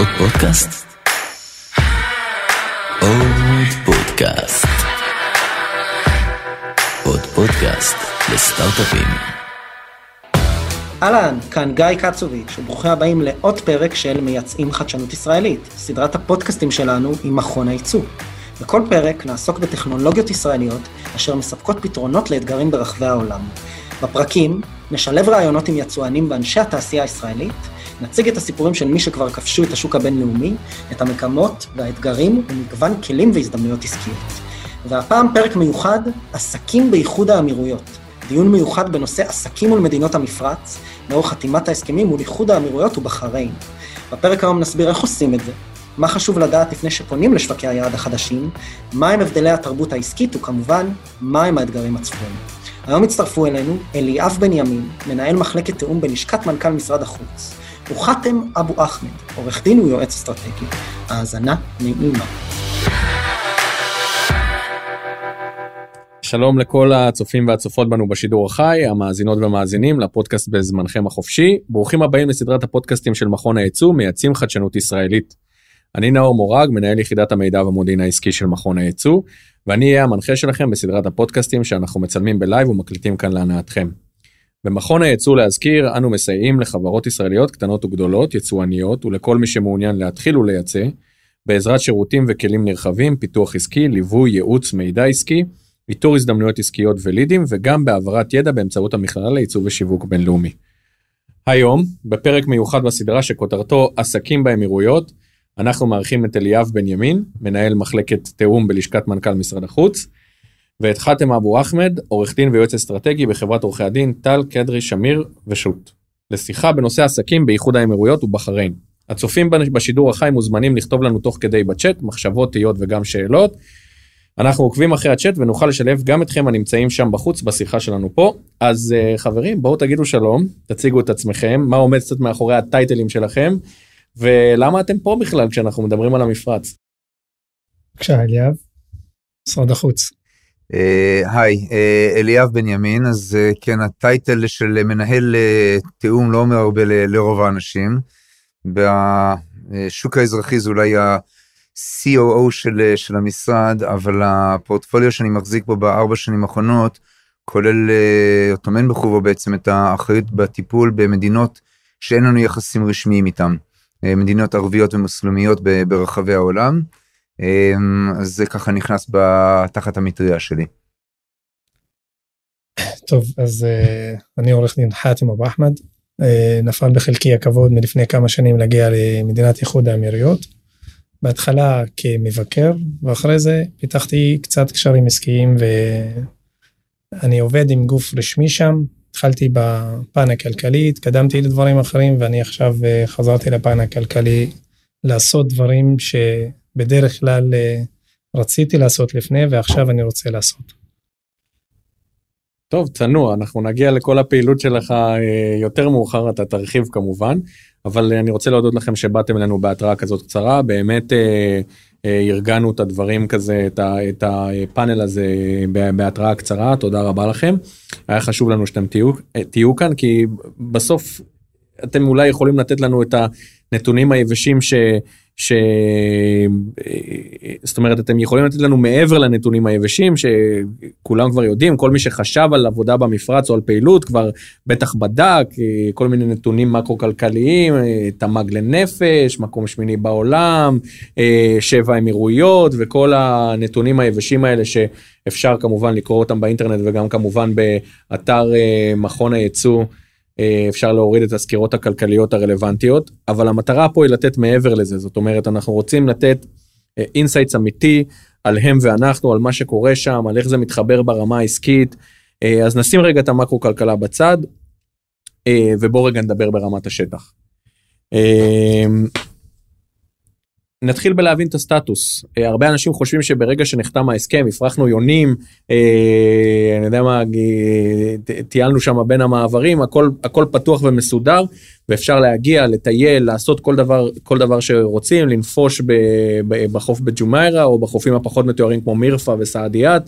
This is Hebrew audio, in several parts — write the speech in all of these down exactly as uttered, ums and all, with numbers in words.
עוד פודקאסט? עוד פודקאסט. עוד פודקאסט לסטארט-אפים. אהלן, כאן גיא קצוביץ', וברוכים הבאים לעוד פרק של מייצאים חדשנות ישראלית, סדרת הפודקאסטים שלנו עם מכון הייצוא. בכל פרק נעסוק בטכנולוגיות ישראליות אשר מספקות פתרונות לאתגרים ברחבי העולם. בפרקים נשלב רעיונות עם יצואנים ואנשי התעשייה הישראלית, נציג את הסיפורים של מי שכבר כבשו את השוק הבינלאומי, את המקמות והאתגרים ומגוון כלים והזדמנויות עסקיות. והפעם פרק מיוחד, עסקים באיחוד האמירויות. דיון מיוחד בנושא עסקים מול מדינות המפרץ, לאור חתימת ההסכמים מול איחוד האמירויות ובחריין. בפרק היום נסביר איך עושים את זה, מה חשוב לדעת לפני שפונים לשווקי היעד החדשים, מהם הבדלי התרבות העסקית וכמובן, מהם האתגרים הצפויים. היום הצטרפו אלינו אליאב בנימין, מנהל מחלקת תיאום בלשכת מנכ"ל משרד החוץ, וחתם אבו אחמד, עורך דין ויועץ אסטרטגי. האזנה נעימה. שלום לכל הצופים והצופות בנו בשידור החי, המאזינות והמאזינים לפודקאסט בזמנכם החופשי. ברוכים הבאים לסדרת הפודקאסטים של מכון הייצוא, מייצאים חדשנות ישראלית. אני נאור מורג, מנהל יחידת המידע והמודיעין העסקי של מכון הייצוא, ואני אהיה המנחה שלכם בסדרת הפודקאסטים שאנחנו מצלמים בלייב ומקליטים כאן להנאתכם. במכון הייצוא להזכיר, אנו מסייעים לחברות ישראליות קטנות וגדולות, יצואניות, ולכל מי שמעוניין להתחיל ולייצא, בעזרת שירותים וכלים נרחבים, פיתוח עסקי, ליווי, ייעוץ, מידע עסקי, איתור הזדמנויות עסקיות ולידים, וגם בעברת ידע באמצעות המכללה לייצוא ושיווק בינלאומי. היום, בפרק מיוחד בסדרה שכותרתו עסקים באמירויות, אנחנו מארחים את אליאב בנימין, מנהל מחלקת תיאום בלשכת מנכ"ל משרד החוץ, ואת חתם אבו אחמד, עורך דין ויועץ אסטרטגי בחברת עורכי הדין טל קדרי שמיר ושות', לשיחה בנושא עסקים באיחוד האמירויות ובחריין. הצופים בשידור החי מוזמנים לכתוב לנו תוך כדי בצ'אט, מחשבות, תהיות וגם שאלות. אנחנו עוקבים אחרי הצ'אט ונוכל לשלב גם אתכם הנמצאים שם בחוץ בשיחה שלנו פה. אז חברים, בואו תגידו שלום, תציגו את עצמכם, מה עומד קצת מאחורי הטייטלים שלכם, ולמה אתם פה בכלל כשאנחנו מדברים על המפרץ? בבקשה, אליאב, משרד החוץ. היי, אליאב בנימין. אז כן, הטייטל של מנהל תיאום לא אומר הרבה לרוב האנשים. בשוק האזרחי זה אולי ה-סי או או של, של המשרד, אבל הפורטפוליו שאני מחזיק בו בארבע שנים האחרונות, כולל טומן בחובו בעצם את האחריות בטיפול במדינות שאין לנו יחסים רשמיים איתם. מדינות ערביות ומוסלמיות ברחבי העולם. אז זה ככה נכנס תחת המטריה שלי. טוב, אז אני עורך דין חתם אבו אחמד, נפל בחלקי הכבוד מלפני כמה שנים להגיע למדינת איחוד האמירויות, בהתחלה כמבקר, ואחרי זה פיתחתי קצת קשרים עסקיים, ואני עובד עם גוף רשמי שם, התחלתי בפן הכלכלי, התקדמתי לדברים אחרים, ואני עכשיו חזרתי לפן הכלכלי לעשות דברים ש... בדרך כלל רציתי לעשות לפני, ועכשיו אני רוצה לעשות. טוב, צנוע, אנחנו נגיע לכל הפעילות שלך יותר מאוחר, אתה תרחיב כמובן, אבל אני רוצה להודות לכם שבאתם אלינו בהתראה כזאת קצרה, באמת ארגנו את הדברים כזה, את הפאנל הזה בהתראה קצרה, תודה רבה לכם. היה חשוב לנו שאתם תהיו, תהיו כאן, כי בסוף אתם אולי יכולים לתת לנו את הנתונים היבשים ש... ש... זאת אומרת, אתם יכולים לתת לנו מעבר לנתונים היבשים, שכולם כבר יודעים, כל מי שחשב על עבודה במפרץ או על פעילות, כבר בטח בדק, כל מיני נתונים מקרו-כלכליים, תמ"ג לנפש, מקום שמיני בעולם, שבע אמירויות, וכל הנתונים היבשים האלה שאפשר כמובן לקרוא אותם באינטרנט, וגם כמובן באתר מכון הייצוא, אפשר להוריד את הסקירות הכלכליות הרלוונטיות, אבל המטרה פה היא לתת מעבר לזה, זאת אומרת, אנחנו רוצים לתת אינסייטס אמיתי על הם ואנחנו, על מה שקורה שם, על איך זה מתחבר ברמה העסקית, אז נשים רגע את המקרו-כלכלה בצד, ובוא רגע נדבר ברמת השטח. נתחיל בלהבין את הסטטוס. הרבה אנשים חושבים שברגע שנחתם ההסכם, הפרחנו יונים, אני יודע מה, טיילנו שם בין המעברים, הכל, הכל פתוח ומסודר, ואפשר להגיע, לטייל, לעשות כל דבר, כל דבר שרוצים, לנפוש בחוף בג'ומיירה, או בחופים הפחות מתוארים כמו מירפה וסעדיית,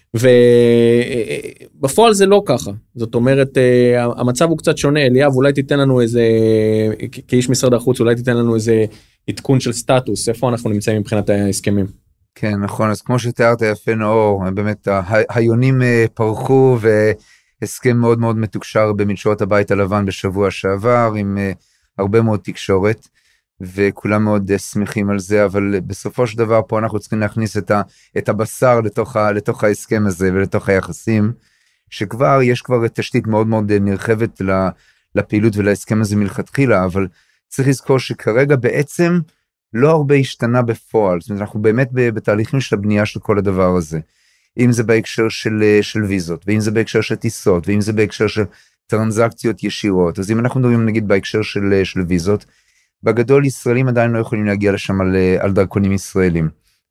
ובפועל זה לא ככה, זאת אומרת, המצב הוא קצת שונה. אליאב, אולי תיתן לנו איזה, כאיש משרד החוץ, אולי תיתן לנו איזה עדכון של סטטוס, איפה אנחנו נמצאים מבחינת ההסכמים. כן, נכון, אז כמו שתיארת יפה נאור, באמת היונים פרחו והסכם מאוד מאוד מתוקשר במדשאות הבית הלבן בשבוע שעבר, עם הרבה מאוד תקשורת, וכולם מאוד שמחים על זה, אבל בסופו של דבר פה אנחנו צריכים להכניס את, ה, את הבשר לתוך, ה, לתוך ההסכם הזה ולתוך היחסים, שכבר יש כבר תשתית מאוד מאוד נרחבת לפעילות ולהסכם הזה מלכתחילה, אבל צריך לזכור שכרגע בעצם לא הרבה השתנה בפועל, זאת אומרת אנחנו באמת בתהליכים של הבנייה של כל הדבר הזה, אם זה בהקשר של, של ויזות, ואם זה בהקשר של טיסות, ואם זה בהקשר של טרנזקציות ישירות, אז אם אנחנו מדברים נגיד בהקשר של, של ויזות, בגדול ישראלים עדיין לא יכולים להגיע לשם על, על דרכונים ישראלים,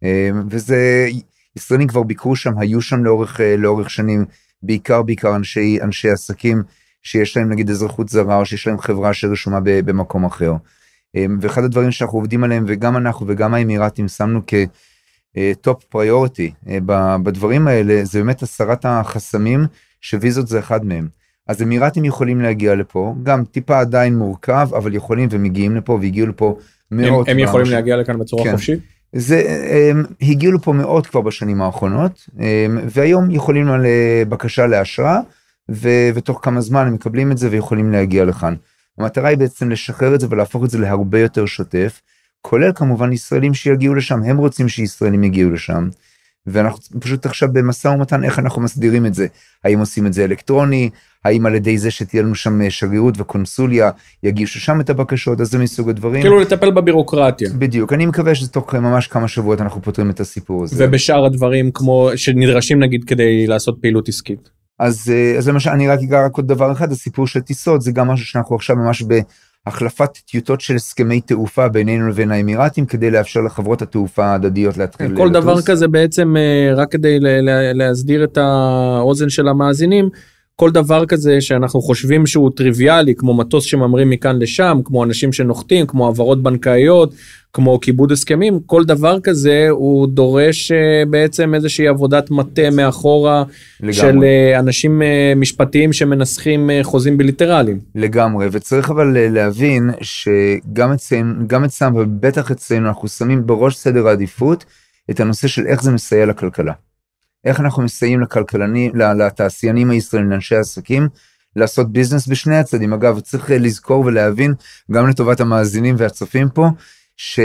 וזה, ישראלים כבר ביקרו שם, היו שם לאורך, לאורך שנים, בעיקר בעיקר אנשי, אנשי עסקים, שיש להם נגיד אזרחות זרה, או שיש להם חברה שרשומה במקום אחר, ואחד הדברים שאנחנו עובדים עליהם, וגם אנחנו וגם האמירתים שמנו כטופ פריוריטי בדברים האלה, זה באמת הסרת החסמים, שוויזות זה אחד מהם. אז אמירתים יכולים להגיע לפה, גם טיפה עדיין מורכב, אבל יכולים ומגיעים לפה, והגיעו לפה מאות. הם, הם יכולים להגיע לכאן בצורה כן. חופשית? זה, הם, הגיעו לפה מאות כבר בשנים האחרונות, הם, והיום יכולים על בקשה להשראה, ו, ותוך כמה זמן הם מקבלים את זה ויכולים להגיע לכאן. המטרה היא בעצם לשחרר את זה ולהפוך את זה להרבה יותר שוטף, כולל כמובן ישראלים שיגיעו לשם, הם רוצים שישראלים יגיעו לשם, ואנחנו פשוט עכשיו במשא ומתן איך אנחנו מסדירים את זה, האם עושים את זה אלקטרוני, האם על ידי זה שתהיה לנו שם שגרירות וקונסוליה, יגישו שם את הבקשות, אז זה מסוג הדברים. כאילו לטפל בבירוקרטיה. בדיוק, אני מקווה שזה תוך ממש כמה שבועות אנחנו פותרים את הסיפור הזה. ובשאר הדברים כמו שנדרשים נגיד כדי לעשות פעילות עסקית. אז, אז למשל, אני רק אגע רק עוד דבר אחד, הסיפור של טיסות, זה גם משהו שאנחנו עכשיו ממש בהחלפת טיוטות של הסכמי תעופה בינינו לבין האמירתים, כדי לאפשר לחברות התעופה ההדדיות להתחיל. כל דבר כזה בעצם, רק כדי להסדיר את האוזן של המאזינים, כל דבר כזה שאנחנו חושבים שהוא טריוויאלי, כמו מטוס שממרים מכאן לשם, כמו אנשים שנוחתים, כמו העברות בנקאיות, כמו כיבוד הסכמים, כל דבר כזה הוא דורש בעצם איזושהי עבודת מטה מאחורה, לגמרי. של אנשים משפטיים שמנסחים חוזים בילטרליים. לגמרי, וצריך אבל להבין שגם אצלנו, גם אצלנו, ובטח אצלנו, אנחנו שמים בראש סדר העדיפות, את הנושא של איך זה מסייע לכלכלה. איך אנחנו מסייעים לכלכלנים, לתעשיינים הישראלים, לאנשי העסקים, לעשות ביזנס בשני הצדדים. אגב, צריך לזכור ולהבין, גם לטובת המאזינים והצופים פה, ש,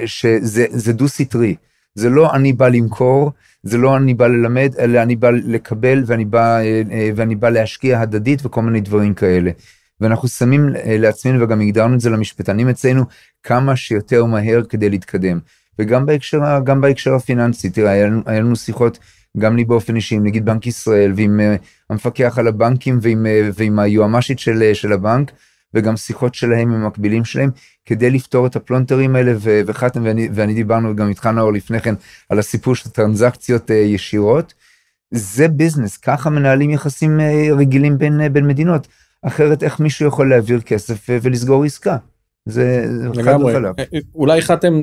שזה זה דו סטרי. זה לא אני בא למכור, זה לא אני בא ללמד, אלא אני בא לקבל, ואני בא, ואני בא להשקיע הדדית וכל מיני דברים כאלה. ואנחנו שמים לעצמנו, וגם הגדרנו את זה למשפטנים אצלנו, כמה שיותר מהר כדי להתקדם. וגם בהקשר, גם בהקשר הפיננסי, תראה, היה לנו, היה לנו שיחות, גם לי באופן אישי, נגיד בנק ישראל, ועם uh, המפקח על הבנקים, ועם, uh, ועם היועמשית של, uh, של הבנק, וגם שיחות שלהם עם המקבילים שלהם, כדי לפתור את הפלונטרים האלה, ו- וחתם, ואני, ואני דיברנו גם איתך נאור לפני כן, על הסיפור של טרנזקציות uh, ישירות, זה ביזנס, ככה מנהלים יחסים uh, רגילים בין, uh, בין מדינות, אחרת איך מישהו יכול להעביר כסף uh, ולסגור עסקה, זה חד וחלק. אולי חתם,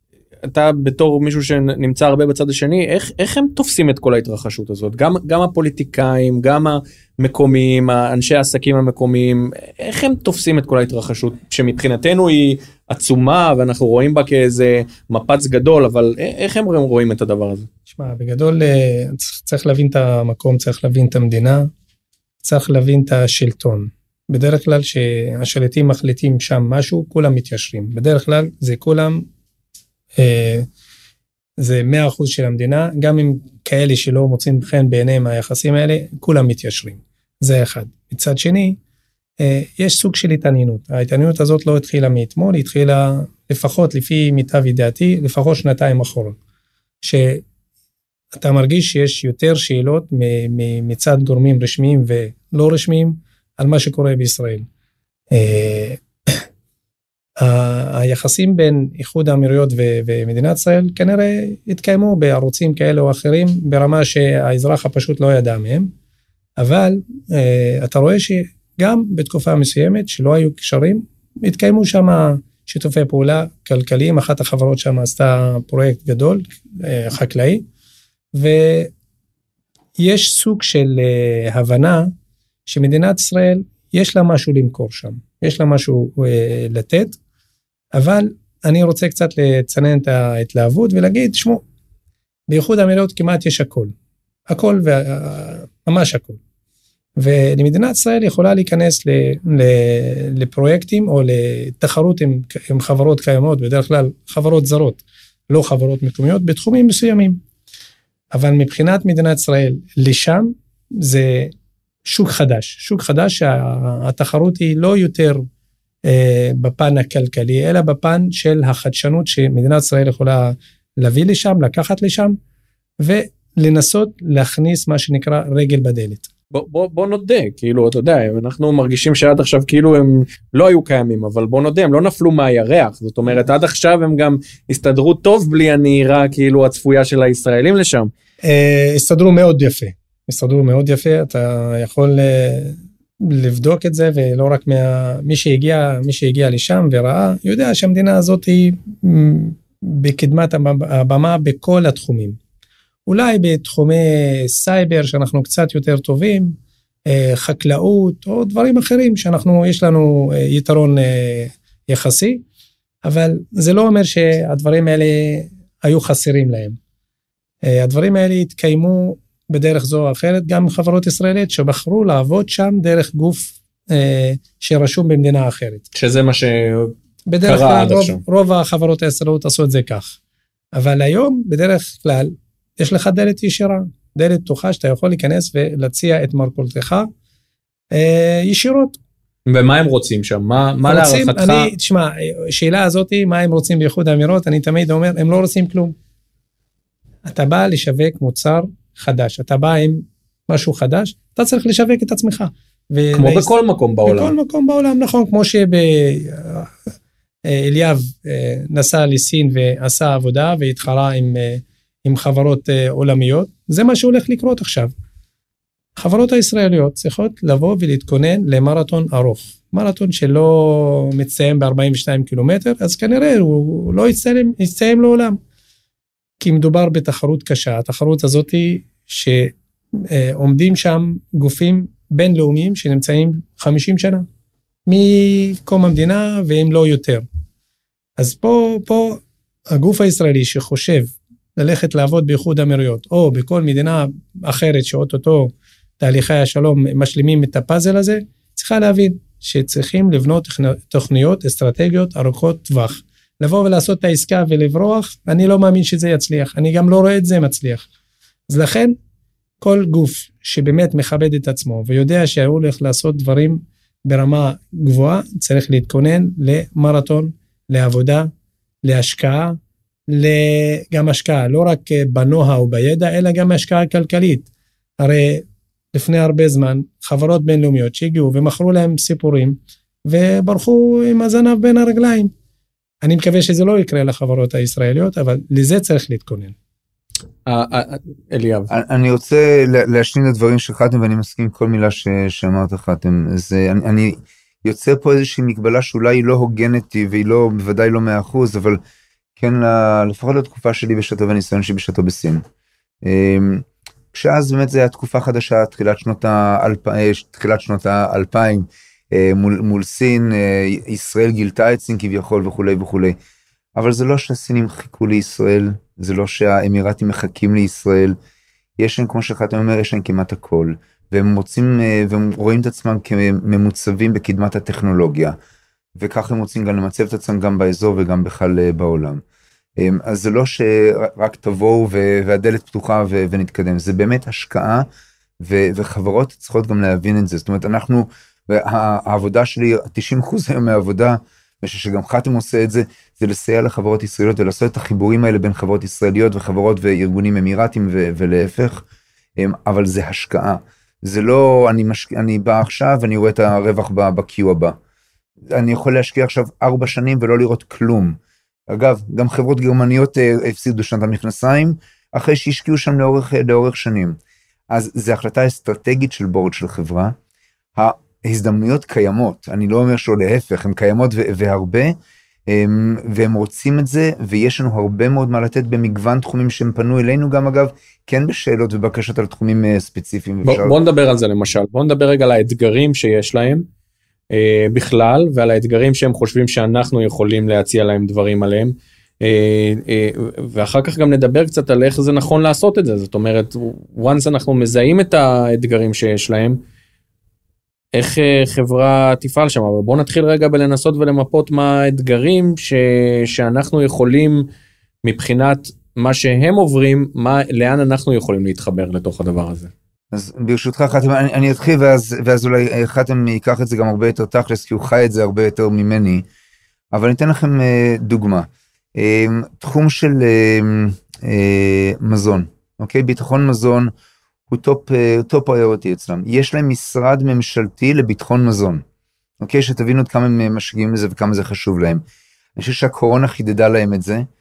אתה בתור מישהו שנמצא הרבה בצד השני, איך, איך הם תופסים את כל ההתרחשות הזאת? גם, גם הפוליטיקאים, גם המקומיים, האנשי העסקים המקומיים, איך הם תופסים את כל ההתרחשות, שמבחינתנו היא עצומה, ואנחנו רואים בה כאיזה מפץ גדול, אבל איך הם רואים את הדבר הזה? תשמע, בגדול צריך להבין את המקום, צריך להבין את המדינה, צריך להבין את השלטון. בדרך כלל שהשלטים מחליטים שם משהו, כולם מתיישרים. בדרך כלל זה כולם, זה מאה אחוז של המדינה, גם אם כאלה שלא מוצאים חן בעיניהם היחסים האלה, כולם מתיישרים. זה אחד. מצד שני, יש סוג של התעניינות. ההתעניינות הזאת לא התחילה מאתמול, היא התחילה לפחות לפי מיטב ידיעתי, לפחות שנתיים אחורה. שאתה מרגיש שיש יותר שאלות מצד גורמים רשמיים ולא רשמיים על מה שקורה בישראל. היחסים בין איחוד האמירויות ומדינת ישראל כנראה התקיימו בערוצים כאלה או אחרים, ברמה שהאזרח הפשוט לא ידע מהם, אבל אתה רואה שגם בתקופה מסוימת שלא היו קשרים, התקיימו שם שיתופי פעולה כלכליים, אחת החברות שם עשתה פרויקט גדול, חקלאי, ויש סוג של הבנה שמדינת ישראל יש לה משהו למכור שם, יש לה משהו לתת, אבל אני רוצה קצת לצנן את ההתלהבות ולהגיד, שמו, בייחוד האמירויות כמעט יש הכל. הכל וממש הכל. ולמדינת ישראל יכולה להיכנס ל, ל, לפרויקטים או לתחרות עם, עם חברות קיימות, בדרך כלל חברות זרות, לא חברות מקומיות, בתחומים מסוימים. אבל מבחינת מדינת ישראל, לשם זה שוק חדש. שוק חדש שהתחרות היא לא יותר אה, בפן הכלכלי, אלא בפן של החדשנות שמדינת ישראל יכולה להביא לשם, לקחת לשם, ולנסות להכניס מה שנקרא רגל בדלת. בוא, בוא, בוא נודה, כאילו, אתה יודע, אנחנו מרגישים שעד עכשיו כאילו הם לא היו קיימים, אבל בוא נודה, הם לא נפלו מהירח, זאת אומרת, עד עכשיו הם גם הסתדרו טוב בלי הנהירה, כאילו, הצפויה של הישראלים לשם. הסתדרו מאוד יפה, הסתדרו מאוד יפה, אתה יכול לבדוק את זה, ולא רק מי שהגיע, מי שהגיע לשם וראה, יודע שהמדינה הזאת היא בקדמת הבמה בכל התחומים. אולי בתחומי סייבר שאנחנו קצת יותר טובים, חקלאות או דברים אחרים שאנחנו, יש לנו יתרון יחסי, אבל זה לא אומר שהדברים האלה היו חסרים להם. הדברים האלה התקיימו בדרך זו או אחרת, גם חברות ישראלית שבחרו לעבוד שם דרך גוף שרשום במדינה אחרת. שזה מה שקרה עד עכשיו. רוב החברות הישראליות עשו את זה כך. אבל היום בדרך כלל, יש לך דלת ישירה, דלת פתוחה שאתה יכול להיכנס ולהציע את מרכולתך אה, ישירות. ומה הם רוצים שם? מה, מה רוצים, להערכתך? אני, תשמע, השאלה הזאת, מה הם רוצים בייחוד האמירויות, אני תמיד אומר, הם לא רוצים כלום. אתה בא לשווק מוצר חדש, אתה בא עם משהו חדש, אתה צריך לשווק את עצמך. כמו ולהס... בכל מקום בעולם. בכל מקום בעולם, נכון, כמו שאליאב נסע לסין ועשה עבודה והתחרה עם... עם חברות עולמיות, זה מה שהולך לקרות עכשיו. חברות הישראליות צריכות לבוא ולהתכונן למרתון ארוך. מרתון שלא מצטיים ב-ארבעים ושניים קילומטר, אז כנראה הוא לא יצטיים, יצטיים לעולם. כי מדובר בתחרות קשה. התחרות הזאת היא שעומדים שם גופים בינלאומיים שנמצאים חמישים שנה. מקום המדינה והם לא יותר. אז פה, פה הגוף הישראלי שחושב ללכת לעבוד בייחוד האמירויות, או בכל מדינה אחרת שאוטוטו תהליכי השלום משלימים את הפאזל הזה, צריכה להבין שצריכים לבנות תוכניות אסטרטגיות ארוכות טווח. לבוא ולעשות את העסקה ולברוח, אני לא מאמין שזה יצליח, אני גם לא רואה את זה מצליח. אז לכן, כל גוף שבאמת מכבד את עצמו, ויודע שהוא הולך לעשות דברים ברמה גבוהה, צריך להתכונן למרתון, לעבודה, להשקעה, גם השקעה, לא רק בנועה או בידע, אלא גם השקעה כלכלית. הרי לפני הרבה זמן, חברות בינלאומיות שהגיעו ומכרו להם סיפורים, וברחו עם הזנב בין הרגליים. אני מקווה שזה לא יקרה לחברות הישראליות, אבל לזה צריך להתכונן. אליאב. אני רוצה להשלים את הדברים שחתם, ואני מסכים עם כל מילה שאמרת חתם. אני יוצא פה איזושהי מגבלה שאולי היא לא הוגנת, והיא לא, בוודאי לא מאה אחוז, אבל כן, לפחות לתקופה שלי בשעתו וניסיון שלי בשעתו בסין. כשאז באמת זו הייתה תקופה חדשה, תחילת שנות האלפיים, תחילת שנות האלפיים, מול, מול סין, ישראל גילתה את סין כביכול וכולי וכולי. אבל זה לא שהסינים חיכו לישראל, זה לא שהאמירתים מחכים לישראל, יש להם, כמו שאחת אומר, יש להם כמעט הכל, והם מוצאים, והם רואים את עצמם כממוצבים בקדמת הטכנולוגיה, וכך הם רוצים גם למצב את עצמם גם באזור וגם בכלל בעולם. אז זה לא שרק תבואו והדלת פתוחה ונתקדם, זה באמת השקעה, וחברות צריכות גם להבין את זה. זאת אומרת, אנחנו, העבודה שלי, תשעים אחוז היום מהעבודה, ושגם חתם עושה את זה, זה לסייע לחברות ישראליות, ולעשות את החיבורים האלה בין חברות ישראליות וחברות וארגונים אמירתיים ולהפך, אבל זה השקעה. זה לא, אני, משק... אני בא עכשיו ואני רואה את הרווח בקיו הבא. אני יכול להשקיע עכשיו ארבע שנים ולא לראות כלום. אגב, גם חברות גרמניות הפסידו שנת המכנסיים, אחרי שהשקיעו שם לאורך, לאורך שנים. אז זו החלטה אסטרטגית של בורד של חברה. ההזדמנויות קיימות, אני לא אומר שלא להפך, הן קיימות והרבה, והם רוצים את זה, ויש לנו הרבה מאוד מה לתת במגוון תחומים שהם פנו אלינו גם אגב, כן בשאלות ובקשות על תחומים ספציפיים. בוא, בוא נדבר על זה למשל, בוא נדבר רגע על האתגרים שיש להם, בכלל, ועל האתגרים שהם חושבים שאנחנו יכולים להציע להם דברים עליהם, ואחר כך גם נדבר קצת על איך זה נכון לעשות את זה, זאת אומרת, once אנחנו מזהים את האתגרים שיש להם, איך חברה תפעל שם, אבל בואו נתחיל רגע בלנסות ולמפות מה האתגרים ש... שאנחנו יכולים, מבחינת מה שהם עוברים, מה... לאן אנחנו יכולים להתחבר לתוך הדבר הזה. אז ברשותך חתם, אני, אני אתחיל ואז, ואז אולי חתם ייקח את זה גם הרבה יותר תכלס, כי הוא חי את זה הרבה יותר ממני, אבל אני אתן לכם דוגמה. תחום של מזון, אוקיי? ביטחון מזון הוא טופ, טופ פריוריטי אצלם. יש להם משרד ממשלתי לביטחון מזון, אוקיי? שתבינו את כמה הם משקיעים לזה וכמה זה חשוב להם. אני חושב שהקורונה חידדה להם את זה.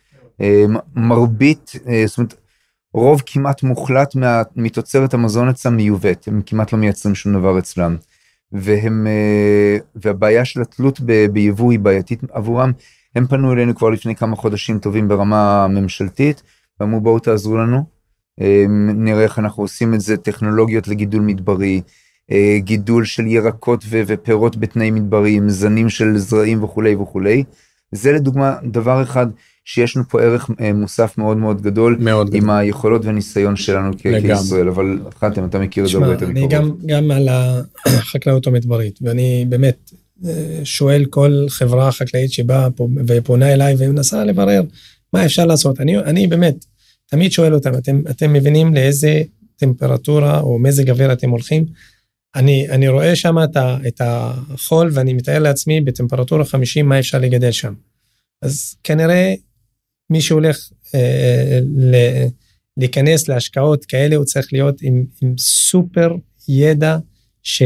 מרבית, זאת אומרת, רוב כמעט מוחלט מה, מתוצרת המזון אצלם מיובאת, הם כמעט לא מייצרים שום דבר אצלם, והם, והבעיה של התלות ב, ביבוא היא בעייתית עבורם. הם פנו אלינו כבר לפני כמה חודשים טובים ברמה ממשלתית, ואמרו בואו תעזרו לנו, נראה איך אנחנו עושים את זה, טכנולוגיות לגידול מדברי, גידול של ירקות ו- ופירות בתנאים מדבריים, זנים של זרעים וכו' וכו'. זה לדוגמה דבר אחד שיש לנו פה ערך מוסף מאוד מאוד גדול, מאוד עם גדול. היכולות והניסיון שלנו כ- כישראל, אבל חתם, אתה מכיר את זה הרבה יותר מקרוב. אני גם, גם על החקלאות המדברית, ואני באמת שואל כל חברה חקלאית שבאה פה ופונה אליי ומנסה לברר מה אפשר לעשות. אני, אני באמת תמיד שואל אותם, אתם, אתם מבינים לאיזה טמפרטורה או מזג אוויר אתם הולכים? אני, אני רואה שם את, ה, את החול ואני מתאר לעצמי בטמפרטורה חמישים מה אפשר לגדל שם. אז כנראה מי שהולך אה, ל, להיכנס להשקעות כאלה הוא צריך להיות עם, עם סופר ידע ש,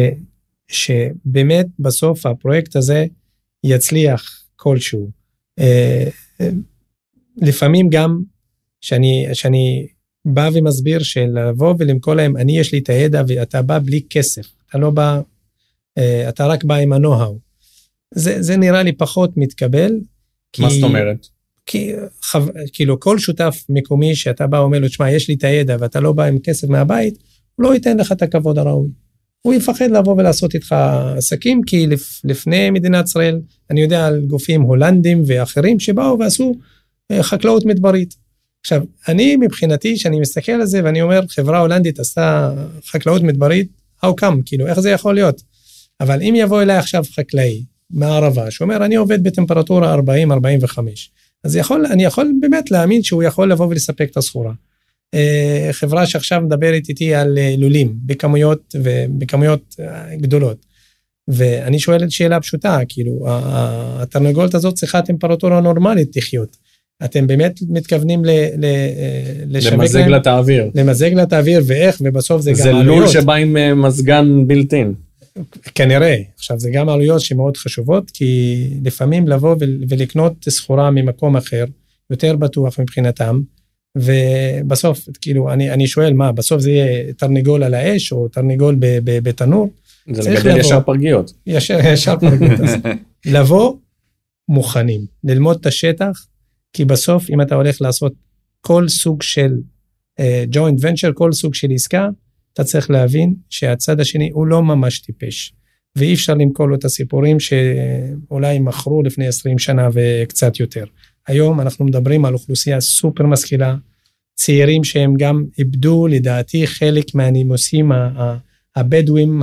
שבאמת בסוף הפרויקט הזה יצליח כלשהו. אה, אה, לפעמים גם שאני, שאני בא ומסביר שלבוא ולמכור להם, אני יש לי את הידע ואתה בא בלי כסף, אתה לא בא, אתה רק בא עם הנוהאו. זה, זה נראה לי פחות מתקבל. מה זאת אומרת? כי, חו, כאילו, כל שותף מקומי שאתה בא אומר לו, תשמע, יש לי את הידע ואתה לא בא עם כסף מהבית, הוא לא ייתן לך את הכבוד הראוי. הוא יפחד לבוא ולעשות איתך עסקים, כי לפ, לפני מדינת ישראל, אני יודע על גופים הולנדים ואחרים שבאו ועשו חקלאות מדברית. עכשיו, אני מבחינתי, שאני מסתכל על זה, ואני אומר, חברה הולנדית עשתה חקלאות מדברית, how come? כאילו, איך זה יכול להיות? אבל אם יבוא אליי עכשיו חקלאי, מערבה, שאומר, אני עובד בטמפרטורה ארבעים עד ארבעים וחמש, אז יכול, אני יכול באמת להאמין שהוא יכול לבוא ולספק את הסחורה. חברה שעכשיו מדברת איתי על לולים, בכמויות, ובכמויות גדולות. ואני שואל את שאלה פשוטה, כאילו, התרנגולת הזאת צריכה טמפרטורה נורמלית לחיות. אתם באמת מתכוונים ל, ל, לשווק למזג להם, לה את האוויר. למזג לה את האוויר, ואיך, ובסוף זה, זה גם עלויות. זה לול שבא עם מזגן בילטין. כנראה. עכשיו, זה גם עלויות שמאוד חשובות, כי לפעמים לבוא ולקנות סחורה ממקום אחר, יותר בטוח מבחינתם, ובסוף, כאילו, אני, אני שואל מה, בסוף זה יהיה תרנגול על האש, או תרנגול ב, ב, בתנור. זה לגדל ישר פרגיות. ישר, ישר פרגיות. לבוא מוכנים, ללמוד את השטח, כי בסוף, אם אתה הולך לעשות כל סוג של uh, joint venture, כל סוג של עסקה, אתה צריך להבין שהצד השני הוא לא ממש טיפש, ואי אפשר למכור לו את הסיפורים שאולי מכרו לפני עשרים שנה וקצת יותר. היום אנחנו מדברים על אוכלוסייה סופר משכילה, צעירים שהם גם איבדו לדעתי חלק מהנימוסים הבדואים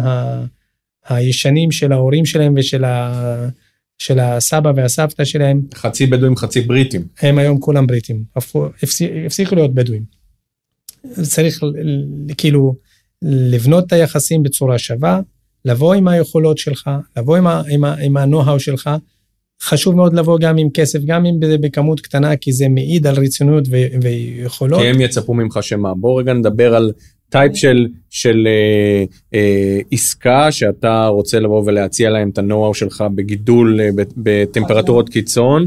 הישנים של ההורים שלהם ושל ה... של הסבא והסבתא שלהם. חצי בדואים, חצי בריטים. הם היום כולם בריטים, הפסיקו להיות בדואים. צריך כאילו לבנות את היחסים בצורה שווה, לבוא עם היכולות שלך, לבוא עם, עם, עם הנוהאו שלך, חשוב מאוד לבוא גם עם כסף, גם אם בכמות קטנה, כי זה מעיד על רצינות ו, ויכולות. כי הם יצפו ממך שמה. בוא רגע נדבר על טייפ של, של אה, אה, עסקה, שאתה רוצה לבוא ולהציע להם את הנוהאו שלך בגידול, אה, בטמפרטורות קיצון,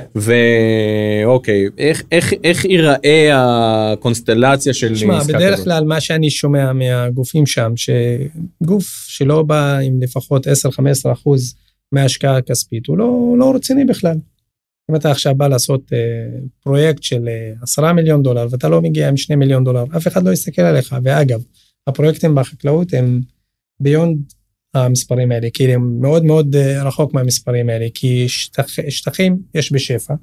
ואוקיי, איך, איך, איך ייראה הקונסטלציה של שמה, עסקה כזאת? בדרך כלל מה שאני שומע מהגופים שם, שגוף שלא בא עם לפחות עשר עד חמש עשרה אחוז מההשקעה הכספית, הוא לא, הוא לא רציני בכלל. אם אתה עכשיו בא לעשות אה, פרויקט של אה, עשרה מיליון דולר, ואתה לא מגיע עם שני מיליון דולר, אף אחד לא יסתכל עליך. ואגב, הפרויקטים בחקלאות הם ביונד המספרים האלה, כי הם מאוד מאוד רחוק מהמספרים האלה, כי שטח, שטחים יש בשפע.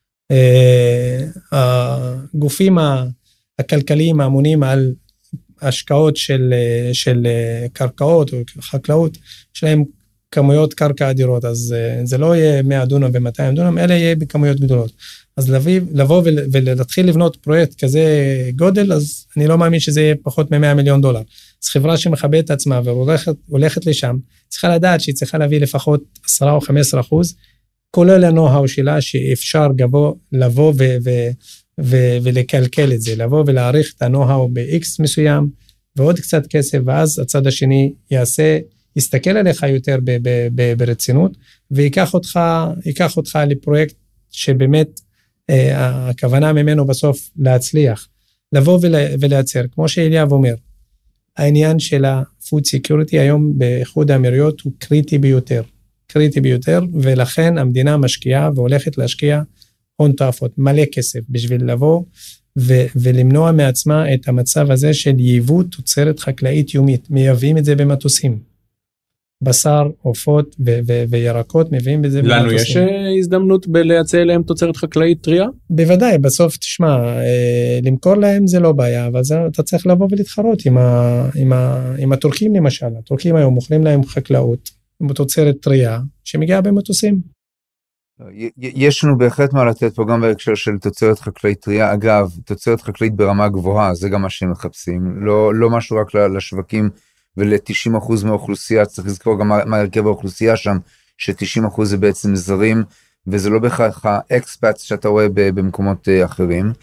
הגופים הכלכליים האמונים על השקעות של, של קרקעות או חקלאות, יש להם כמויות קרקע אדירות, אז זה לא יהיה מאה דונם ו-מאתיים דונם, אלא יהיה בכמויות גדולות. אז לבוא, לבוא ולהתחיל לבנות פרויקט כזה גודל, אז אני לא מאמין שזה יהיה פחות מ-מאה מיליון דולר. אז חברה שמכבדת את עצמה והולכת לשם, צריכה לדעת שהיא צריכה להביא לפחות עשרה או חמישה עשר אחוז, כולל הנוהאו שלה שאפשר גבו, לבוא ו- ו- ו- ולקלקל את זה, לבוא ולהעריך את הנוהאו ב-X מסוים, ועוד קצת כסף, ואז הצד השני יעשה, יסתכל עליך יותר ב- ב- ב- ברצינות, ויקח אותך, ייקח אותך לפרויקט שבאמת אה, הכוונה ממנו בסוף להצליח, לבוא ול- ולייצר, כמו שאליאב אומר, העניין של ה-food security היום באיחוד האמירויות הוא קריטי ביותר, קריטי ביותר, ולכן המדינה משקיעה והולכת להשקיע הון תועפות, מלא כסף, בשביל לבוא ו- ולמנוע מעצמה את המצב הזה של ייבוא תוצרת חקלאית יומית, מייבאים את זה במטוסים, בשר, עופות ו- ו- וירקות, מביאים את זה במטוסים. לנו יש הזדמנות בלייצא אליהם תוצרת חקלאית טריה? בוודאי, בסוף תשמע, למכור להם זה לא בעיה, אבל זה, אתה צריך לבוא ולהתחרות עם, ה- עם, ה- עם הטורקים למשל, הטורקים היום מוכרים להם חקלאות, תוצרת טריה, שמגיעה במטוסים. יש לנו בהחלט מה לתת פה גם בהקשר של תוצרת חקלאית טריה, אגב, תוצרת חקלאית ברמה גבוהה, זה גם מה שהם מחפשים, לא, לא משהו רק לשווקים ול-תשעים אחוז מהאוכלוסייה, צריך לזכור גם מה הרכב האוכלוסייה שם, ש-תשעים אחוז זה בעצם זרים, וזה לא בהכרח האקספאטס שאתה רואה במקומות אחרים,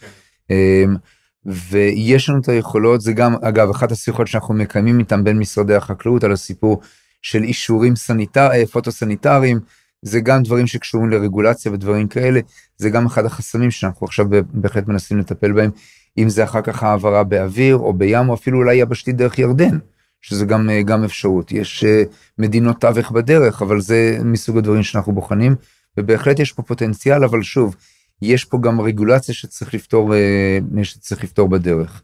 ויש לנו את היכולות, זה גם, אגב, אחת השיחות שאנחנו מקיימים איתם בין משרדי החקלאות, על הסיפור של אישורים סניטר, פוטוסניטריים, זה גם דברים שקשורים לרגולציה ודברים כאלה, זה גם אחד החסמים שאנחנו עכשיו בהחלט מנסים לטפל בהם, אם זה אחר כך העברה באוויר או בים, או אפילו אולי יבשתית דרך ירדן, שזה גם, גם אפשרות. יש מדינות תווך בדרך, אבל זה מסוג הדברים שאנחנו בוחנים, ובהחלט יש פה פוטנציאל, אבל שוב, יש פה גם רגולציה שצריך לפתור, שצריך לפתור בדרך.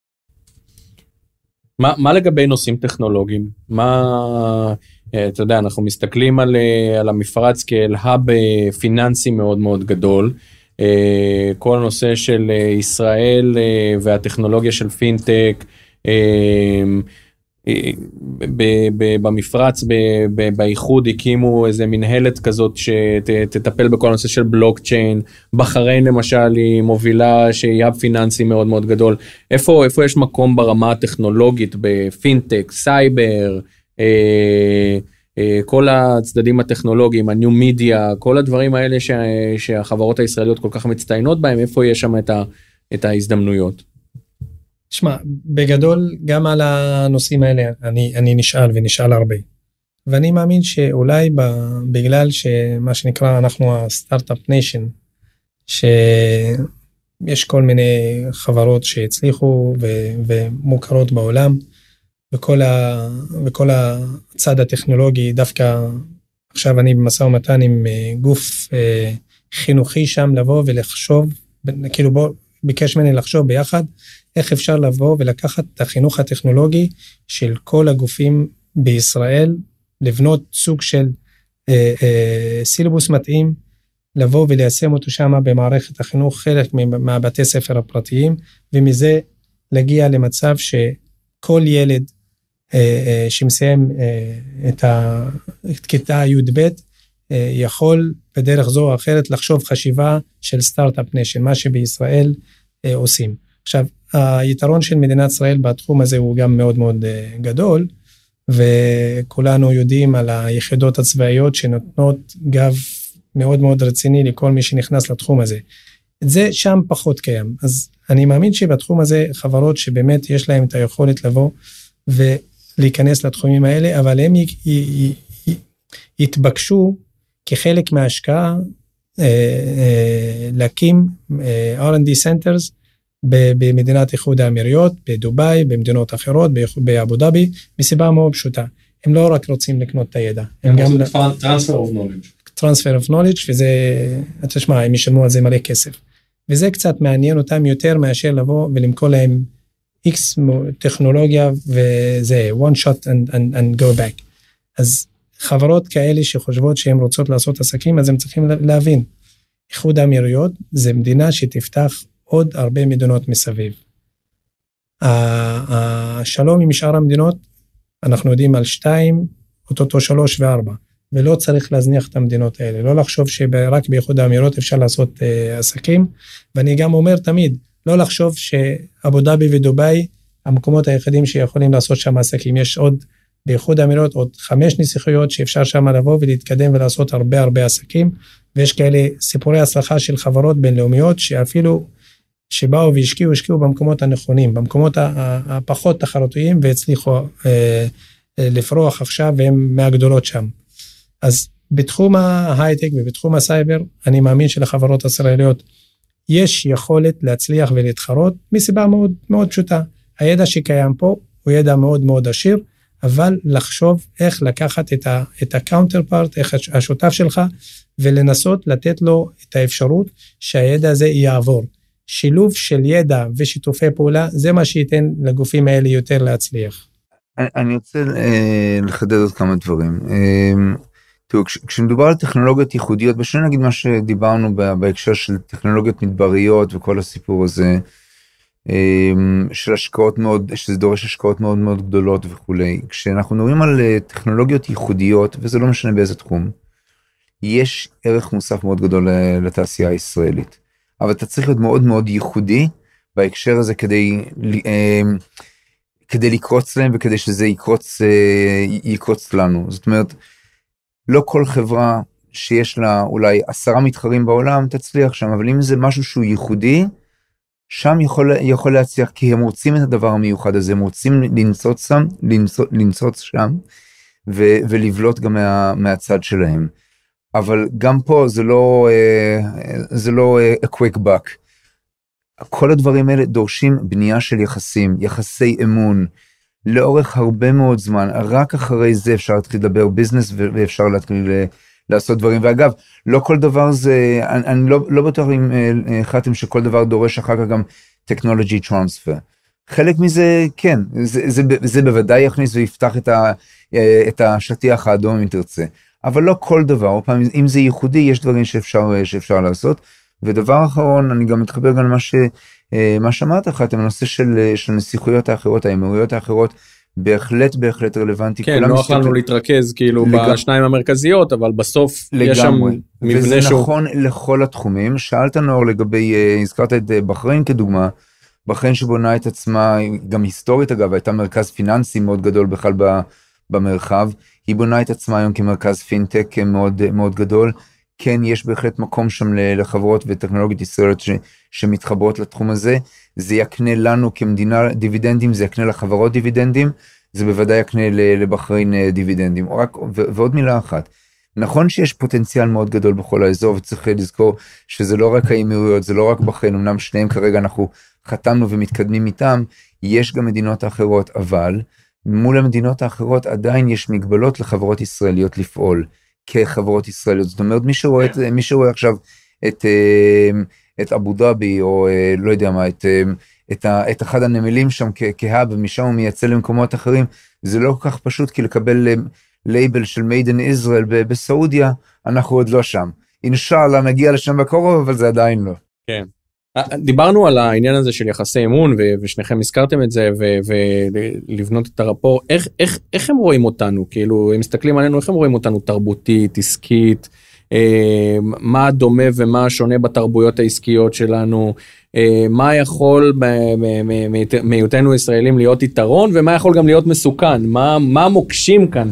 מה, מה לגבי נושאים טכנולוגיים? מה, אתה יודע, אנחנו מסתכלים על, על המפרץ כאל האב פיננסי מאוד מאוד גדול, כל הנושא של ישראל והטכנולוגיה של פינטק, במפרץ, באיחוד הקימו איזה מנהלת כזאת שתטפל בכל הנושא של בלוקצ'יין, בחריין למשל היא מובילה שהיא האב פיננסי מאוד מאוד גדול, איפה, איפה יש מקום ברמה הטכנולוגית בפינטק, סייבר, כל הצדדים הטכנולוגיים, הניו מידיה, כל הדברים האלה שהחברות הישראליות כל כך מצטיינות בהם, איפה יש שם את, ה, את ההזדמנויות? תשמע, בגדול, גם על הנושאים האלה, אני, אני נשאל ונשאל הרבה. ואני מאמין שאולי בגלל שמה שנקרא, אנחנו הסטארט-אפ ניישן, שיש כל מיני חברות שהצליחו ו- ומוכרות בעולם, וכל, ה- וכל הצד הטכנולוגי, דווקא עכשיו אני במשא ומתן עם גוף חינוכי שם לבוא ולחשוב, כאילו בוא, ביקש ממני לחשוב ביחד, איך אפשר לבוא ולקחת את החינוך הטכנולוגי של כל הגופים בישראל, לבנות סוג של אה, אה, סילבוס מתאים, לבוא וליישם אותו שם במערכת החינוך, חלק מהבתי ספר הפרטיים, ומזה להגיע למצב שכל ילד אה, אה, שמסיים אה, את, ה, את כיתה י' ב' אה, יכול בדרך זו או אחרת לחשוב חשיבה של סטארט-אפ ניישן, מה שבישראל אה, עושים. עכשיו, היתרון של מדינת ישראל בתחום הזה הוא גם מאוד מאוד גדול, וכולנו יודעים על היחידות הצבאיות שנותנות גב מאוד מאוד רציני לכל מי שנכנס לתחום הזה. את זה שם פחות קיים. אז אני מאמין שבתחום הזה חברות שבאמת יש להם את היכולת לבוא ולהיכנס לתחומים האלה, אבל הם י- י- י- יתבקשו כחלק מההשקעה להקים אר אנד די centers, במדינת איחוד האמירויות, בדוביי, במדינות אחרות, באבו דאבי, מסיבה מאוד פשוטה. הם לא רק רוצים לקנות את הידע. הם גם transfer of knowledge. transfer of knowledge, וזה, אתה תשמע, הם ישלמו על זה מלא כסף. וזה קצת מעניין אותם יותר מאשר לבוא ולמכור להם X טכנולוגיה, וזה one shot and, and, and go back. אז חברות כאלה שחושבות שהן רוצות לעשות עסקים, אז הם צריכים להבין, איחוד האמירויות זה מדינה שתפתח עוד הרבה מדינות מסביב. השלום עם שאר המדינות, אנחנו יודעים על שתיים, אותו שלוש וארבע, ולא צריך להזניח את המדינות האלה, לא לחשוב שרק באיחוד האמירויות אפשר לעשות uh, עסקים, ואני גם אומר תמיד, לא לחשוב שאבו דאבי ודובאי, המקומות היחידים שיכולים לעשות שם עסקים, יש עוד באיחוד האמירויות עוד חמש נסיכויות שאפשר שם לבוא ולהתקדם ולעשות הרבה הרבה עסקים, ויש כאלה סיפורי הצלחה של חברות בינלאומיות שאפילו שבאו והשקיעו, השקיעו במקומות הנכונים, במקומות הפחות תחרותיים והצליחו אה, לפרוח עכשיו והם מהגדולות שם. אז בתחום ההייטק ובתחום הסייבר, אני מאמין שלחברות ישראליות יש יכולת להצליח ולהתחרות מסיבה מאוד מאוד פשוטה. הידע שקיים פה הוא ידע מאוד מאוד עשיר, אבל לחשוב איך לקחת את ה, את הקאונטר פארט, איך השותף שלך, ולנסות לתת לו את האפשרות שהידע הזה יעבור. שילוב של ידע ושיתופי פעולה, זה מה שייתן לגופים האלה יותר להצליח. אני רוצה לחדד עוד כמה דברים. תראו, כשמדובר על טכנולוגיות ייחודיות, בשביל נגיד מה שדיברנו בהקשר של טכנולוגיות מדבריות וכל הסיפור הזה, של השקעות מאוד, שזה דורש השקעות מאוד מאוד גדולות וכולי. כשאנחנו מדברים על טכנולוגיות ייחודיות, וזה לא משנה באיזה תחום, יש ערך מוסף מאוד גדול לתעשייה הישראלית. אבל אתה צריך להיות מאוד מאוד ייחודי בהקשר הזה כדי, כדי לקרוץ להם וכדי שזה יקרוץ, יקרוץ לנו. זאת אומרת, לא כל חברה שיש לה אולי עשרה מתחרים בעולם תצליח שם, אבל אם זה משהו שהוא ייחודי, שם יכול, יכול להצליח, כי הם רוצים את הדבר המיוחד הזה, הם רוצים לנצוץ שם, לנצוץ, לנצוץ שם, ו, ולבלוט גם מה, מהצד שלהם. אבל גם פה זה לא, זה לא a quick buck. כל הדברים האלה דורשים בנייה של יחסים, יחסי אמון, לאורך הרבה מאוד זמן, רק אחרי זה אפשר להתחיל לדבר ביזנס, ואפשר להתחיל לעשות דברים, ואגב, לא כל דבר זה, אני, אני לא, לא בטוח אם החלטתם שכל דבר דורש אחר כך גם technology transfer. חלק מזה, כן, זה, זה, זה בוודאי יכניס ויפתח את, ה, את השטיח האדום אם תרצה. אבל לא כל דבר, פעם, אם זה ייחודי, יש דברים שאפשר, שאפשר לעשות. ודבר אחרון, אני גם מתחבר גם למה ש, מה שאמרת לך, את הנושא של, של נסיכויות האחרות, האמירויות האחרות, בהחלט, בהחלט רלוונטי. כן, לא יכולנו להתרכז כאילו לגמרי, בשניים המרכזיות, אבל בסוף לגמרי, יש שם מבנה וזה שהוא... נכון לכל התחומים. שאלת נור לגבי, הזכרת את בחריין כדוגמה, בחריין שבונה את עצמה, גם היסטורית אגב, הייתה מרכז פיננסי מאוד גדול בכלל במרחב, היא בונה את עצמה היום כמרכז פינטק מאוד, מאוד גדול. כן, יש בהחלט מקום שם לחברות וטכנולוגיות ישראליות ש, שמתחברות לתחום הזה. זה יקנה לנו כמדינה דיבידנדים, זה יקנה לחברות דיבידנדים, זה בוודאי יקנה לבחריין דיבידנדים. רק, ו, ועוד מילה אחת, נכון שיש פוטנציאל מאוד גדול בכל האזור, וצריך לזכור שזה לא רק האמירויות, זה לא רק בחריין, אמנם שניהם כרגע אנחנו חתמנו ומתקדמים איתם, יש גם מדינות אחרות, אבל מול המדינות האחרות עדיין יש מגבלות לחברות ישראליות לפעול. כחברות ישראליות, זאת אומרת, מי שרואה, את, מי שרואה עכשיו את, את אבו דאבי, או לא יודע מה, את, את, את אחד הנמלים שם כהאב, ומשם הוא מייצא למקומות אחרים, זה לא כל כך פשוט, כי לקבל לייבל של Made in Israel בסעודיה, אנחנו עוד לא שם. אינשאללה נגיע לשם בקרוב, אבל זה עדיין לא. כן. דיברנו על העניין הזה של יחסי אמון, ושניכם הזכרתם את זה, ולבנות את הרפור. איך, איך, איך הם רואים אותנו? כאילו, הם מסתכלים עלינו, איך הם רואים אותנו תרבותית, עסקית, מה דומה ומה שונה בתרבויות העסקיות שלנו, מה יכול מהיותנו ישראלים להיות יתרון, ומה יכול גם להיות מסוכן, מה, מה מוקשים כאן?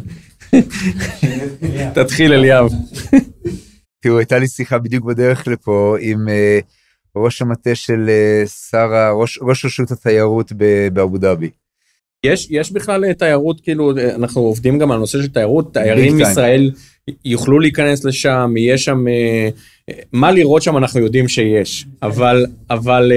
תתחיל אליאב. תראו, הייתה לי שיחה בדיוק בדרך לפה עם... ראש המטה של שר, ראש, ראש רשות התיירות באבו דאבי. יש, יש בכלל תיירות, כאילו, אנחנו עובדים גם על הנושא של תיירות, תיירים מישראל יוכלו להיכנס לשם, יש שם, מה לראות שם אנחנו יודעים שיש, אבל, אבל,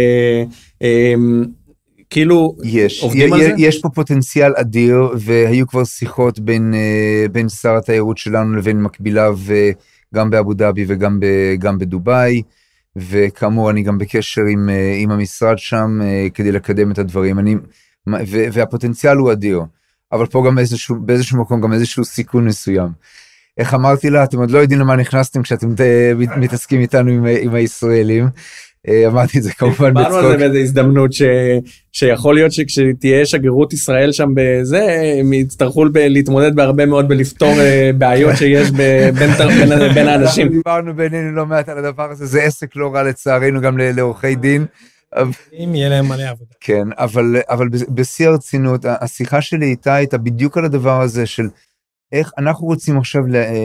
כאילו, יש, עובדים יש, על זה? יש פה פוטנציאל אדיר, והיו כבר שיחות בין, בין שר התיירות שלנו לבין מקביליו, גם באבו דאבי וגם גם בדובאי, וכאמור אני גם בקשר עם, עם המשרד שם כדי לקדם את הדברים, אני, ו, והפוטנציאל הוא אדיר. אבל פה גם איזשהו, באיזשהו מקום גם איזשהו סיכון מסוים. איך אמרתי לה, אתם עוד לא יודעים למה נכנסתם כשאתם מתעסקים איתנו עם, עם הישראלים. אמרתי את זה כמובן בצחוק. באנו על זה באיזו הזדמנות ש, שיכול להיות שכשתהיה שגרירות ישראל שם בזה, הם יצטרכו להתמודד בהרבה מאוד בלפתור בעיות שיש בין, בין, בין האנשים. אנחנו דיברנו בינינו לא מעט על הדבר הזה, זה עסק לא רע לצערנו גם לעורכי דין. אם יהיה להם מלא עבודה. כן, אבל, אבל בשיא הרצינות, השיחה שלי איתה הייתה בדיוק על הדבר הזה של איך אנחנו רוצים עכשיו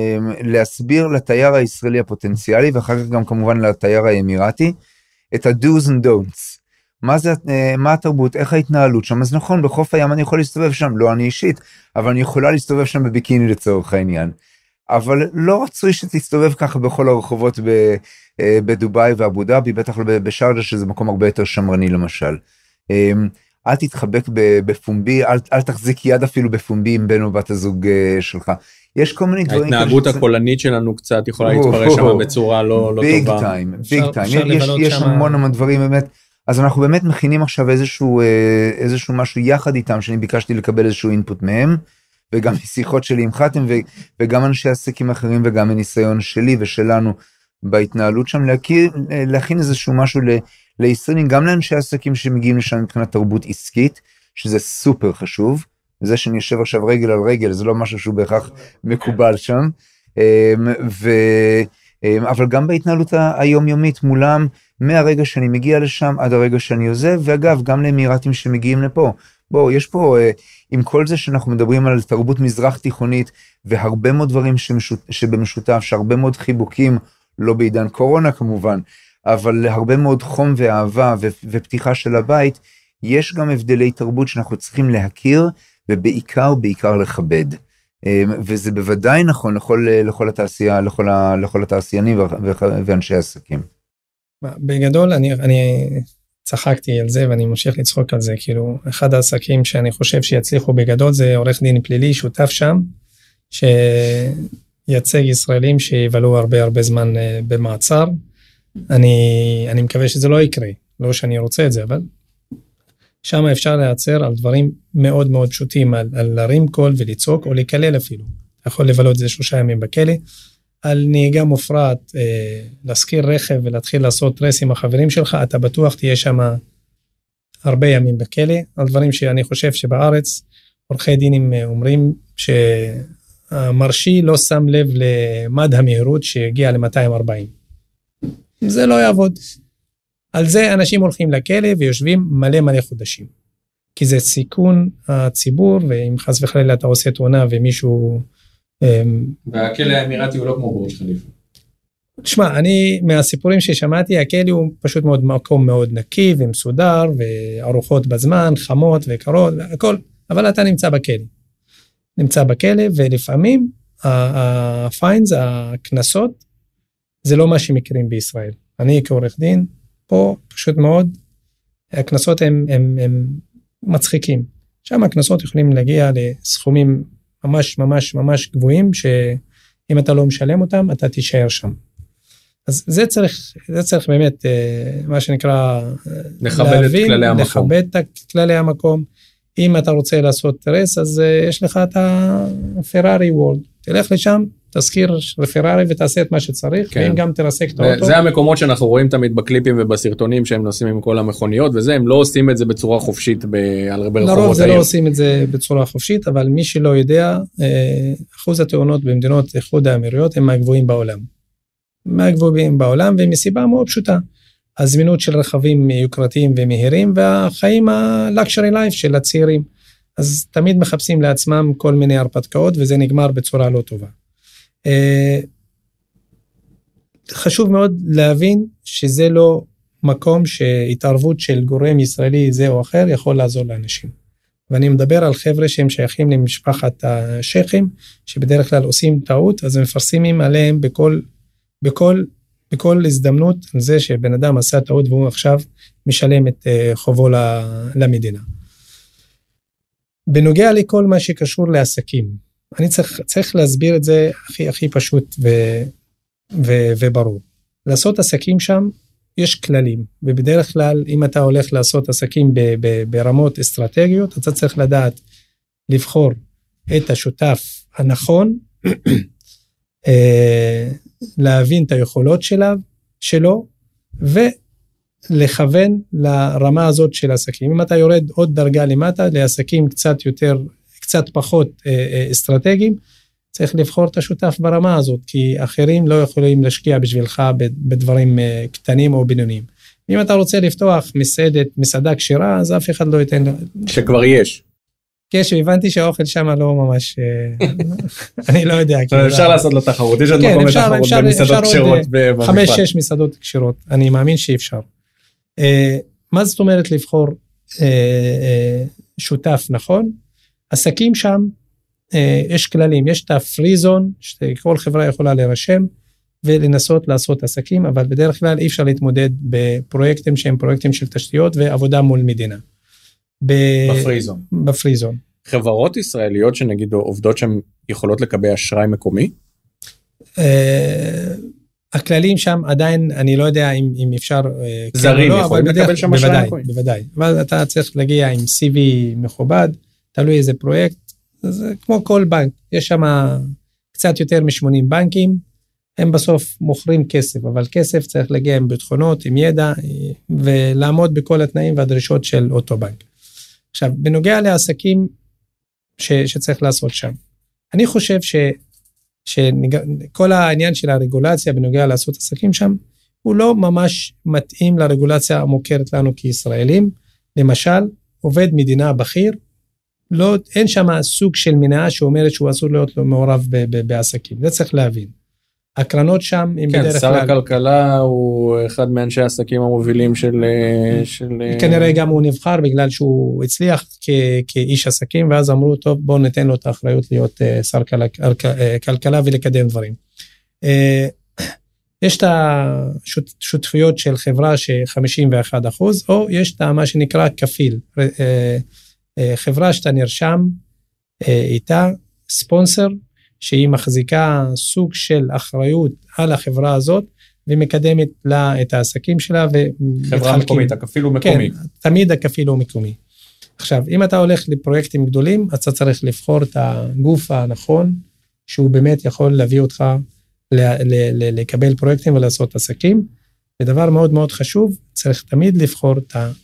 להסביר לתייר הישראלי הפוטנציאלי, ואחר כך גם כמובן לתייר האמירתי, את ה-do's and don'ts. מה זה, מה התרבות, איך ההתנהלות שם? אז נכון, בחוף הים אני יכול להסתובב שם, לא אני אישית, אבל אני יכולה להסתובב שם בביקיני לצורך העניין. אבל לא רצוי שתסתובב ככה בכל הרחובות ב, בדוביי ואבו דאבי, בטח לא בשארג'ה, שזה מקום הרבה יותר שמרני למשל. אל תתחבק בפומבי, אל, אל תחזיק יד אפילו בפומבי עם בן או בת הזוג שלך. יש כל מיני דברים... ההתנהגות הקולנית שלנו קצת יכולה להתפרש שם בצורה לא טובה. ביג טיים, ביג טיים. יש המון המון דברים באמת. אז אנחנו באמת מכינים עכשיו איזשהו, איזשהו משהו יחד איתם, שאני ביקשתי לקבל איזשהו אינפוט מהם, וגם משיחות שלי עם חתם, וגם אנשי עסקים אחרים, וגם מניסיון שלי ושלנו בהתנהלות שם, להכיר, להכין איזשהו משהו לישראלים, גם לאנשי עסקים שמגיעים לשם מבחינת תרבות עסקית, שזה סופר חשוב, זה שאני יושב עכשיו רגל על רגל, זה לא משהו שהוא בהכרח מקובל שם, ו... אבל גם בהתנהלות היומיומית מולם, מהרגע שאני מגיע לשם עד הרגע שאני עוזב, ואגב, גם לאמירתים שמגיעים לפה. בואו, יש פה, עם כל זה שאנחנו מדברים על תרבות מזרח תיכונית, והרבה מאוד דברים שמשות, שבמשותף, שהרבה מאוד חיבוקים, לא בעידן קורונה כמובן, אבל הרבה מאוד חום ואהבה ו- ופתיחה של הבית, יש גם הבדלי תרבות שאנחנו צריכים להכיר, ובעיקר, בעיקר לכבד. וזה בוודאי נכון לכל, לכל התעשייה, לכל, ה, לכל התעשיינים ואנשי עסקים. בגדול, אני, אני צחקתי על זה, ואני ממשיך לצחוק על זה, כאילו, אחד העסקים שאני חושב שיצליחו בגדול, זה עורך דין פלילי, שותף שם, שייצג ישראלים שיבלו הרבה הרבה זמן במעצר. אני, אני מקווה שזה לא יקרה, לא שאני רוצה את זה, אבל שם אפשר להיעצר על דברים מאוד מאוד פשוטים, על, על להרים קול ולצעוק, או לקלל אפילו. אתה יכול לבלות זה שלושה ימים בכלא, על נהיגה מופרעת, אה, להזכיר רכב ולהתחיל לעשות טרס עם החברים שלך, אתה בטוח תהיה שם הרבה ימים בכלא, על דברים שאני חושב שבארץ, עורכי דינים אומרים שהמרשי לא שם לב למד המהירות שהגיע ל-מאתיים וארבעים. זה לא יעבוד. על זה אנשים הולכים לכלא ויושבים מלא מלא חודשים. כי זה סיכון הציבור, ואם חס וחלילה אתה עושה תאונה ומישהו... והכלא האמירתי הוא לא כמו בורג' חליפה. תשמע, אני מהסיפורים ששמעתי, הכלא הוא פשוט מאוד מקום מאוד נקי ומסודר, וארוחות בזמן, חמות וקרות, והכל, אבל אתה נמצא בכלא. נמצא בכלא, ולפעמים הפיינס, הכנסות, זה לא מה שמכירים בישראל. אני כעורך דין, פה פשוט מאוד, הכנסות הם, הם, הם מצחיקים. שם הכנסות יכולים להגיע לסכומים ממש ממש ממש גבוהים, שאם אתה לא משלם אותם, אתה תישאר שם. אז זה צריך, זה צריך באמת, מה שנקרא, לכבד את כללי המקום. לכבד את כללי המקום. אם אתה רוצה לעשות טרס, אז יש לך את הפרארי וולד. תלך לשם, תזכיר לפרארי ותעשה את מה שצריך, כן. ואם גם תרסק את האוטו. זה המקומות שאנחנו רואים תמיד בקליפים ובסרטונים שהם נוסעים עם כל המכוניות, וזה, הם לא עושים את זה בצורה חופשית ב- על הרבה רחובות. לרוב זה לא עושים את זה בצורה חופשית, אבל מי שלא יודע, אחוז התאונות במדינות איחוד האמירויות הם מהגבוהים בעולם. מהגבוהים בעולם, ומסיבה מאוד פשוטה. הזמינות של רכבים יוקרתיים ומהירים, והחיים ה-luxury life של הצעירים. אז תמיד מחפשים לעצמם כל מיני הרפתקאות, וזה נגמר בצורה לא טובה. חשוב מאוד להבין שזה לא מקום שהתערבות של גורם ישראלי זה או אחר יכול לעזור לאנשים. ואני מדבר על חבר'ה שהם שייכים למשפחת השייכים, שבדרך כלל עושים טעות, אז מפרסמים עליהם בכל, בכל, בכל הזדמנות על זה שבן אדם עשה טעות והוא עכשיו משלם את חובו למדינה. בנוגע לכל מה שקשור לעסקים, אני צריך, צריך להסביר את זה הכי, הכי פשוט ו, ו, וברור. לעשות עסקים שם, יש כללים, ובדרך כלל, אם אתה הולך לעשות עסקים ב, ב, ברמות אסטרטגיות, אתה צריך לדעת לבחור את השותף הנכון, להבין את היכולות שלה, שלו, ולכוון לרמה הזאת של עסקים. אם אתה יורד עוד דרגה למטה, לעסקים קצת יותר, קצת פחות אסטרטגיים, צריך לבחור את השותף ברמה הזאת, כי אחרים לא יכולים להשקיע בשבילך בדברים קטנים או בינוניים. אם אתה רוצה לפתוח מסעדת, מסעדה קשירה, אז אף אחד לא ייתן... שכבר יש. כן, שהבנתי שהאוכל שם לא ממש... אני לא יודע. אפשר לעשות לו תחרות, יש עוד מקום לתחרות במסעדות קשירות. חמש, שש מסעדות קשירות, אני מאמין שאפשר. מה זאת אומרת לבחור שותף נכון? עסקים שם, יש כללים, יש את הפריזון, שכל חברה יכולה להירשם, ולנסות לעשות עסקים, אבל בדרך כלל אי אפשר להתמודד בפרויקטים שהם פרויקטים של תשתיות, ועבודה מול מדינה. בפריזון. בפריזון. חברות ישראליות שנגיד עובדות שהן יכולות לקבל אשראי מקומי? הכללים שם עדיין, אני לא יודע אם אפשר... זרים יכולים לקבל שם אשראי מקומי? בוודאי, אבל אתה צריך להגיע עם סי וי מכובד, תלוי איזה פרויקט, זה כמו כל בנק, יש שם קצת יותר מ-שמונים בנקים, הם בסוף מוכרים כסף, אבל כסף צריך להגיע עם ביטחונות, עם ידע, ולעמוד בכל התנאים והדרישות של אותו בנק. עכשיו, בנוגע לעסקים ש, שצריך לעשות שם, אני חושב ש, שכל העניין של הרגולציה בנוגע לעשות עסקים שם, הוא לא ממש מתאים לרגולציה המוכרת לנו כישראלים. למשל, עובד מדינה בכיר, לא, אין שם סוג של מנהל שאומרת שהוא אסור להיות מעורב ב, ב, בעסקים, זה צריך להבין. הקרנות שם, כן, שר כלל... הכלכלה הוא אחד מאנשי העסקים המובילים של... של... כנראה גם הוא נבחר בגלל שהוא הצליח כ... כאיש עסקים, ואז אמרו, טוב, בואו ניתן לו את האחריות להיות שר כלכלה ולקדם דברים. יש את השותפויות של חברה ש-חמישים ואחד אחוז, או יש את מה שנקרא כפיל. חברה שאתה נרשם איתה, ספונסר, שהיא מחזיקה סוג של אחריות על החברה הזאת, ומקדמת לה את העסקים שלה. חברה מקומית, הכפיל הוא מקומי. כן, תמיד הכפיל הוא מקומי. עכשיו, אם אתה הולך לפרויקטים גדולים, אתה צריך לבחור את הגוף הנכון, שהוא באמת יכול להביא אותך לקבל פרויקטים ולעשות עסקים. ודבר מאוד מאוד חשוב, צריך תמיד לבחור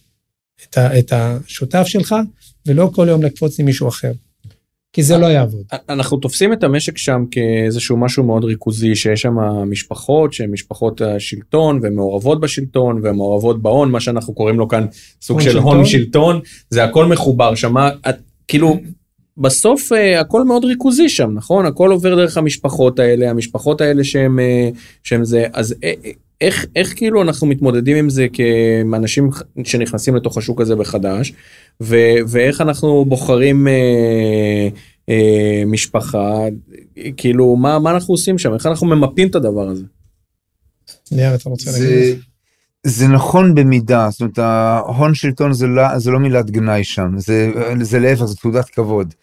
את השותף שלך, ולא כל יום לקפוץ למישהו אחר. כי זה לא יעבוד. אנחנו תופסים את המשק שם כאיזשהו משהו מאוד ריכוזי, שיש שם משפחות, שהן משפחות השלטון, ומעורבות בשלטון, ומעורבות בהון, מה שאנחנו קוראים לו כאן סוג של הון שלטון, זה הכל מחובר שם, כאילו, בסוף הכל מאוד ריכוזי שם, נכון? הכל עובר דרך המשפחות האלה, המשפחות האלה שהן זה, אז איך, איך כאילו אנחנו מתמודדים עם זה כאנשים שנכנסים לתוך השוק הזה בחדש, ו, ואיך אנחנו בוחרים אה, אה, משפחה, כאילו, מה, מה אנחנו עושים שם? איך אנחנו ממפים את הדבר הזה? ליאר, אתה רוצה זה, להגיד? זה נכון במידה, זאת אומרת, ההון שלטון זה לא, זה לא מילת גנאי שם, זה, זה להפך, זה תעודת כבוד,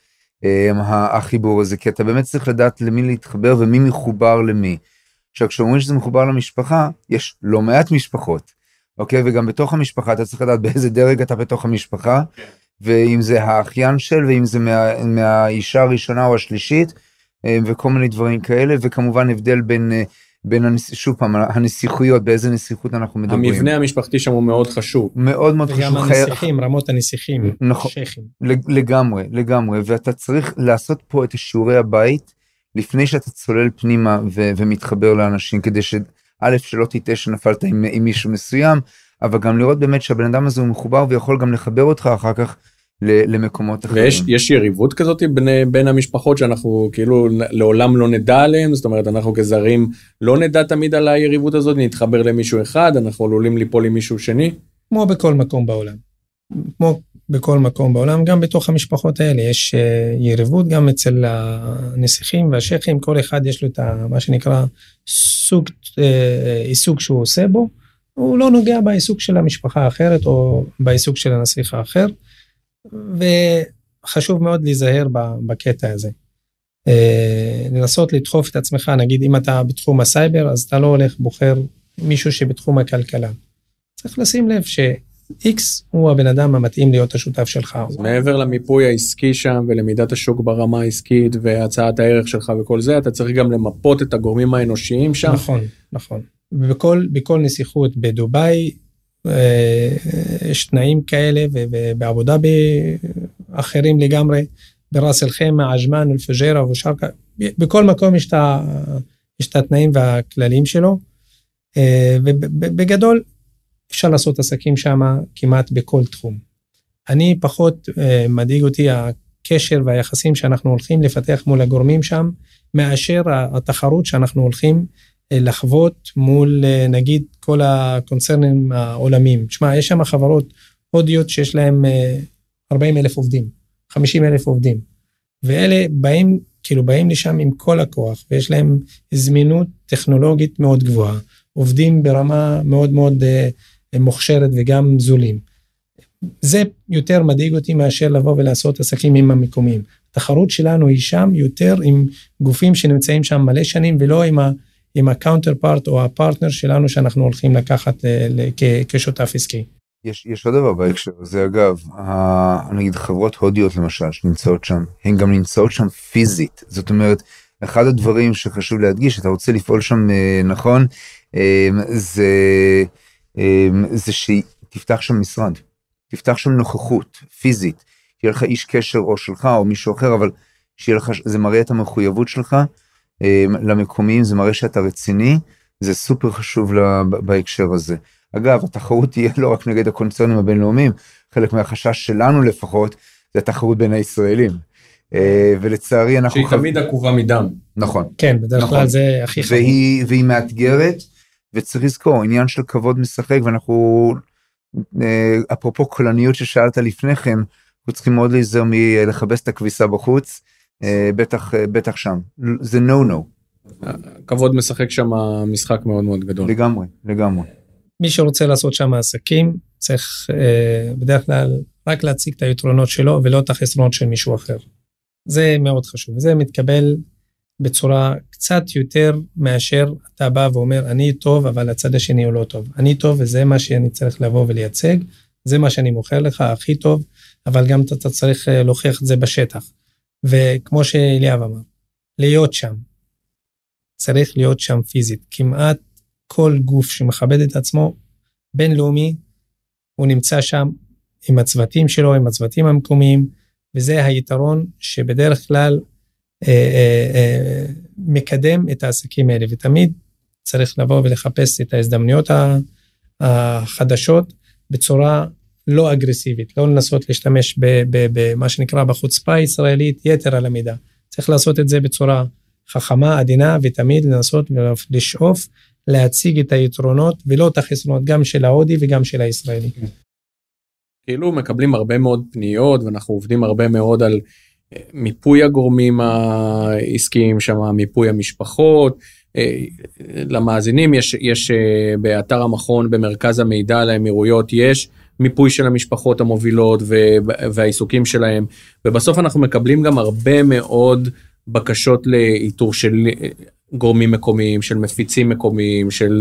החיבור הזה, כי אתה באמת צריך לדעת למי להתחבר ומי מחובר למי. עכשיו, כשאומרים שזה מחובר למשפחה, יש לא מעט משפחות, אוקיי? וגם בתוך המשפחה, אתה צריך לדעת באיזה דרג אתה בתוך המשפחה, ואם זה האחיין של, ואם זה מה, מהאישה הראשונה או השלישית, וכל מיני דברים כאלה, וכמובן הבדל בין, בין הנס, שוב פעם, הנסיכויות, באיזה נסיכות אנחנו מדברים. המבנה המשפחתי שם הוא מאוד חשוב. מאוד מאוד חשוב. וגם הנסיכים, רמות הנסיכים. נכון, לגמרי, לגמרי, ואתה צריך לעשות פה את שיעורי הבית, לפני שאתה צולל פנימה ו- ומתחבר לאנשים, כדי שא' שלא תיתה שנפלת עם, עם מישהו מסוים, אבל גם לראות באמת שהבן אדם הזה הוא מחובר, ויכול גם לחבר אותך אחר כך ל- למקומות אחרים. ויש יש יריבות כזאת בין, בין המשפחות, שאנחנו כאילו לעולם לא נדע עליהם, זאת אומרת, אנחנו כזרים לא נדע תמיד על היריבות הזאת, נתחבר למישהו אחד, אנחנו עלולים ליפול עם מישהו שני. כמו בכל מקום בעולם. כמו בכל מקום בעולם, גם בתוך המשפחות האלה, יש יריבות גם אצל הנסיכים והשייכים, כל אחד יש לו את מה שנקרא סוג, עיסוק שהוא עושה בו, הוא לא נוגע בעיסוק של המשפחה האחרת, או בעיסוק של הנסיך האחר, וחשוב מאוד להיזהר בקטע הזה. לנסות לדחוף את עצמך, נגיד אם אתה בתחום הסייבר, אז אתה לא הולך בוחר מישהו שבתחום הכלכלה. צריך לשים לב ש... X הוא הבן אדם המתאים להיות השותף שלך. אז מעבר למיפוי העסקי שם ולמידת השוק ברמה העסקית והצעת הערך שלך וכל זה, אתה צריך גם למפות את הגורמים האנושיים שם. נכון, נכון. בכל, בכל נסיכות בדוביי, יש תנאים כאלה, ובעבודה באחרים לגמרי, בראס אל חיימה, עג'מן, אל-פג'ירה ושרקה, בכל מקום יש את התנאים והכללים שלו, ובגדול אפשר לעשות עסקים שם כמעט בכל תחום. אני פחות מדאיג אותי הקשר והיחסים שאנחנו הולכים לפתח מול הגורמים שם, מאשר התחרות שאנחנו הולכים לחוות מול נגיד כל הקונצרנים העולמיים. תשמע, יש שם חברות הודיות שיש להם ארבעים אלף עובדים, חמישים אלף עובדים, ואלה באים, כאילו באים לשם עם כל הכוח, ויש להם זמינות טכנולוגית מאוד גבוהה, עובדים ברמה מאוד מאוד מוכשרת וגם זולים. זה יותר מדאיג אותי מאשר לבוא ולעשות עסקים עם המקומיים. התחרות שלנו היא שם יותר עם גופים שנמצאים שם מלא שנים, ולא עם ה... עם הקאונטרפארט או הפרטנר שלנו שאנחנו הולכים לקחת כשותף עסקי. יש, יש עוד דבר בהקשר, זה אגב, ה, נגיד חברות הודיות למשל שנמצאות שם, הן גם נמצאות שם פיזית, זאת אומרת, אחד הדברים שחשוב להדגיש, אתה רוצה לפעול שם נכון, זה, זה שתפתח שם משרד, תפתח שם נוכחות פיזית, שיהיה לך איש קשר או שלך או מישהו אחר, אבל שיהיה לך, זה מראה את המחויבות שלך, למקומיים, זה מראה שאתה רציני, זה סופר חשוב בהקשר הזה. אגב, התחרות תהיה לא רק נגד הקונצרנים הבינלאומיים, חלק מהחשש שלנו לפחות, זה התחרות בין הישראלים. ולצערי אנחנו... שהיא תמיד עקובה מדם. נכון. כן, בדרך כלל זה הכי חשוב. והיא מאתגרת, וצריך לזכור, עניין של כבוד משחק, ואנחנו, אפרופו קולניות ששאלת לפני כן, אנחנו צריכים מאוד להיזהר מלחבש את הכביסה בחוץ, בטח, בטח שם. זה no-no. כבוד משחק שם משחק מאוד מאוד גדול. לגמרי, לגמרי. מי שרוצה לעשות שם עסקים, צריך בדרך כלל רק להציג את היתרונות שלו, ולא את החסרונות של מישהו אחר. זה מאוד חשוב. וזה מתקבל בצורה קצת יותר מאשר אתה בא ואומר, אני טוב, אבל הצד השני הוא לא טוב. אני טוב, וזה מה שאני צריך לבוא ולייצג, זה מה שאני מוכר לך, הכי טוב, אבל גם אתה צריך להוכיח את זה בשטח. וכמו שאליאב אמר, להיות שם, צריך להיות שם פיזית, כמעט כל גוף שמכבד את עצמו, בינלאומי, הוא נמצא שם עם הצוותים שלו, עם הצוותים המקומיים, וזה היתרון שבדרך כלל אה, אה, אה, מקדם את העסקים האלה, ותמיד צריך לבוא ולחפש את ההזדמנויות החדשות, בצורה לא אגרסיבית, לא לנסות להשתמש במה שנקרא בחוצפה הישראלית, יתר על המידה. צריך לעשות את זה בצורה חכמה, עדינה, ותמיד לנסות ולשאוף, להציג את היתרונות, ולא את החסרונות, גם של ההודי וגם של הישראלי. כאילו מקבלים הרבה מאוד פניות, ואנחנו עובדים הרבה מאוד על מיפוי הגורמים העסקיים שם, מיפוי המשפחות, למאזינים, יש, יש באתר המכון, במרכז המידע לאמירויות, יש מיפוי של המשפחות המובילות והעיסוקים שלהם, ובסוף אנחנו מקבלים גם הרבה מאוד בקשות לאיתור של גורמים מקומיים, של מפיצים מקומיים, של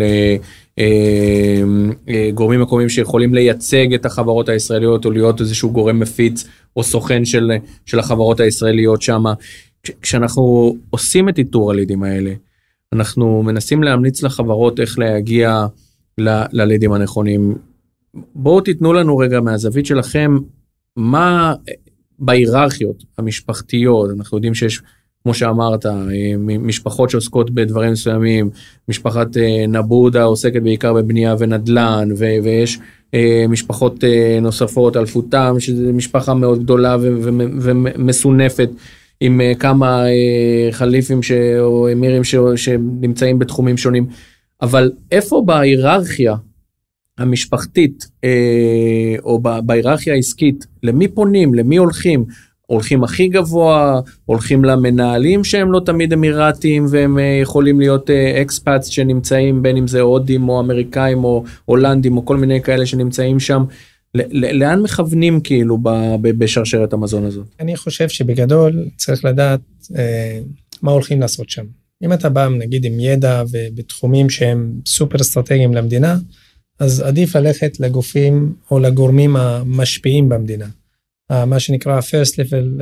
גורמים מקומיים שיכולים לייצג את החברות הישראליות, או להיות איזשהו גורם מפיץ, או סוכן של, של החברות הישראליות שם. כשאנחנו עושים את איתור הלידים האלה, אנחנו מנסים להמליץ לחברות איך להגיע ללידים הנכונים. בואו תיתנו לנו רגע מהזווית שלכם, מה בהיררכיות המשפחתיות, אנחנו יודעים שיש, כמו שאמרת, משפחות שעוסקות בדברים מסוימים, משפחת נבודה עוסקת בעיקר בבנייה ונדלן, ויש משפחות נוספות, אלפותם, שזו משפחה מאוד גדולה ומסונפת, עם כמה חליפים ש... או אמירים ש... שנמצאים בתחומים שונים, אבל איפה בהיררכיה המשפחתית, או בהיררכיה העסקית, למי פונים, למי הולכים? הולכים הכי גבוה, הולכים למנהלים שהם לא תמיד אמירתיים, והם יכולים להיות אקספאטס שנמצאים, בין אם זה הודים או אמריקאים או הולנדים, או כל מיני כאלה שנמצאים שם, לאן מכוונים כאילו בשרשרת המזון הזאת? אני חושב שבגדול צריך לדעת אה, מה הולכים לעשות שם. אם אתה בא נגיד עם ידע ובתחומים שהם סופר אסטרטגיים למדינה, אז עדיף ללכת לגופים או לגורמים המשפיעים במדינה. מה שנקרא first level,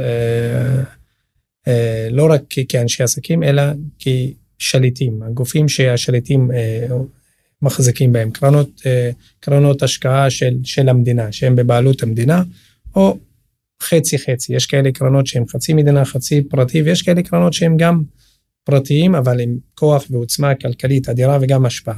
לא רק כאנשי עסקים, אלא כשליטים, הגופים שהשליטים מחזיקים בהם, קרנות, קרנות השקעה של, של המדינה, שהם בבעלות המדינה, או חצי חצי, יש כאלה קרנות שהם חצי מדינה, חצי פרטי, ויש כאלה קרנות שהם גם פרטיים, אבל עם כוח ועוצמה כלכלית אדירה וגם השפעה.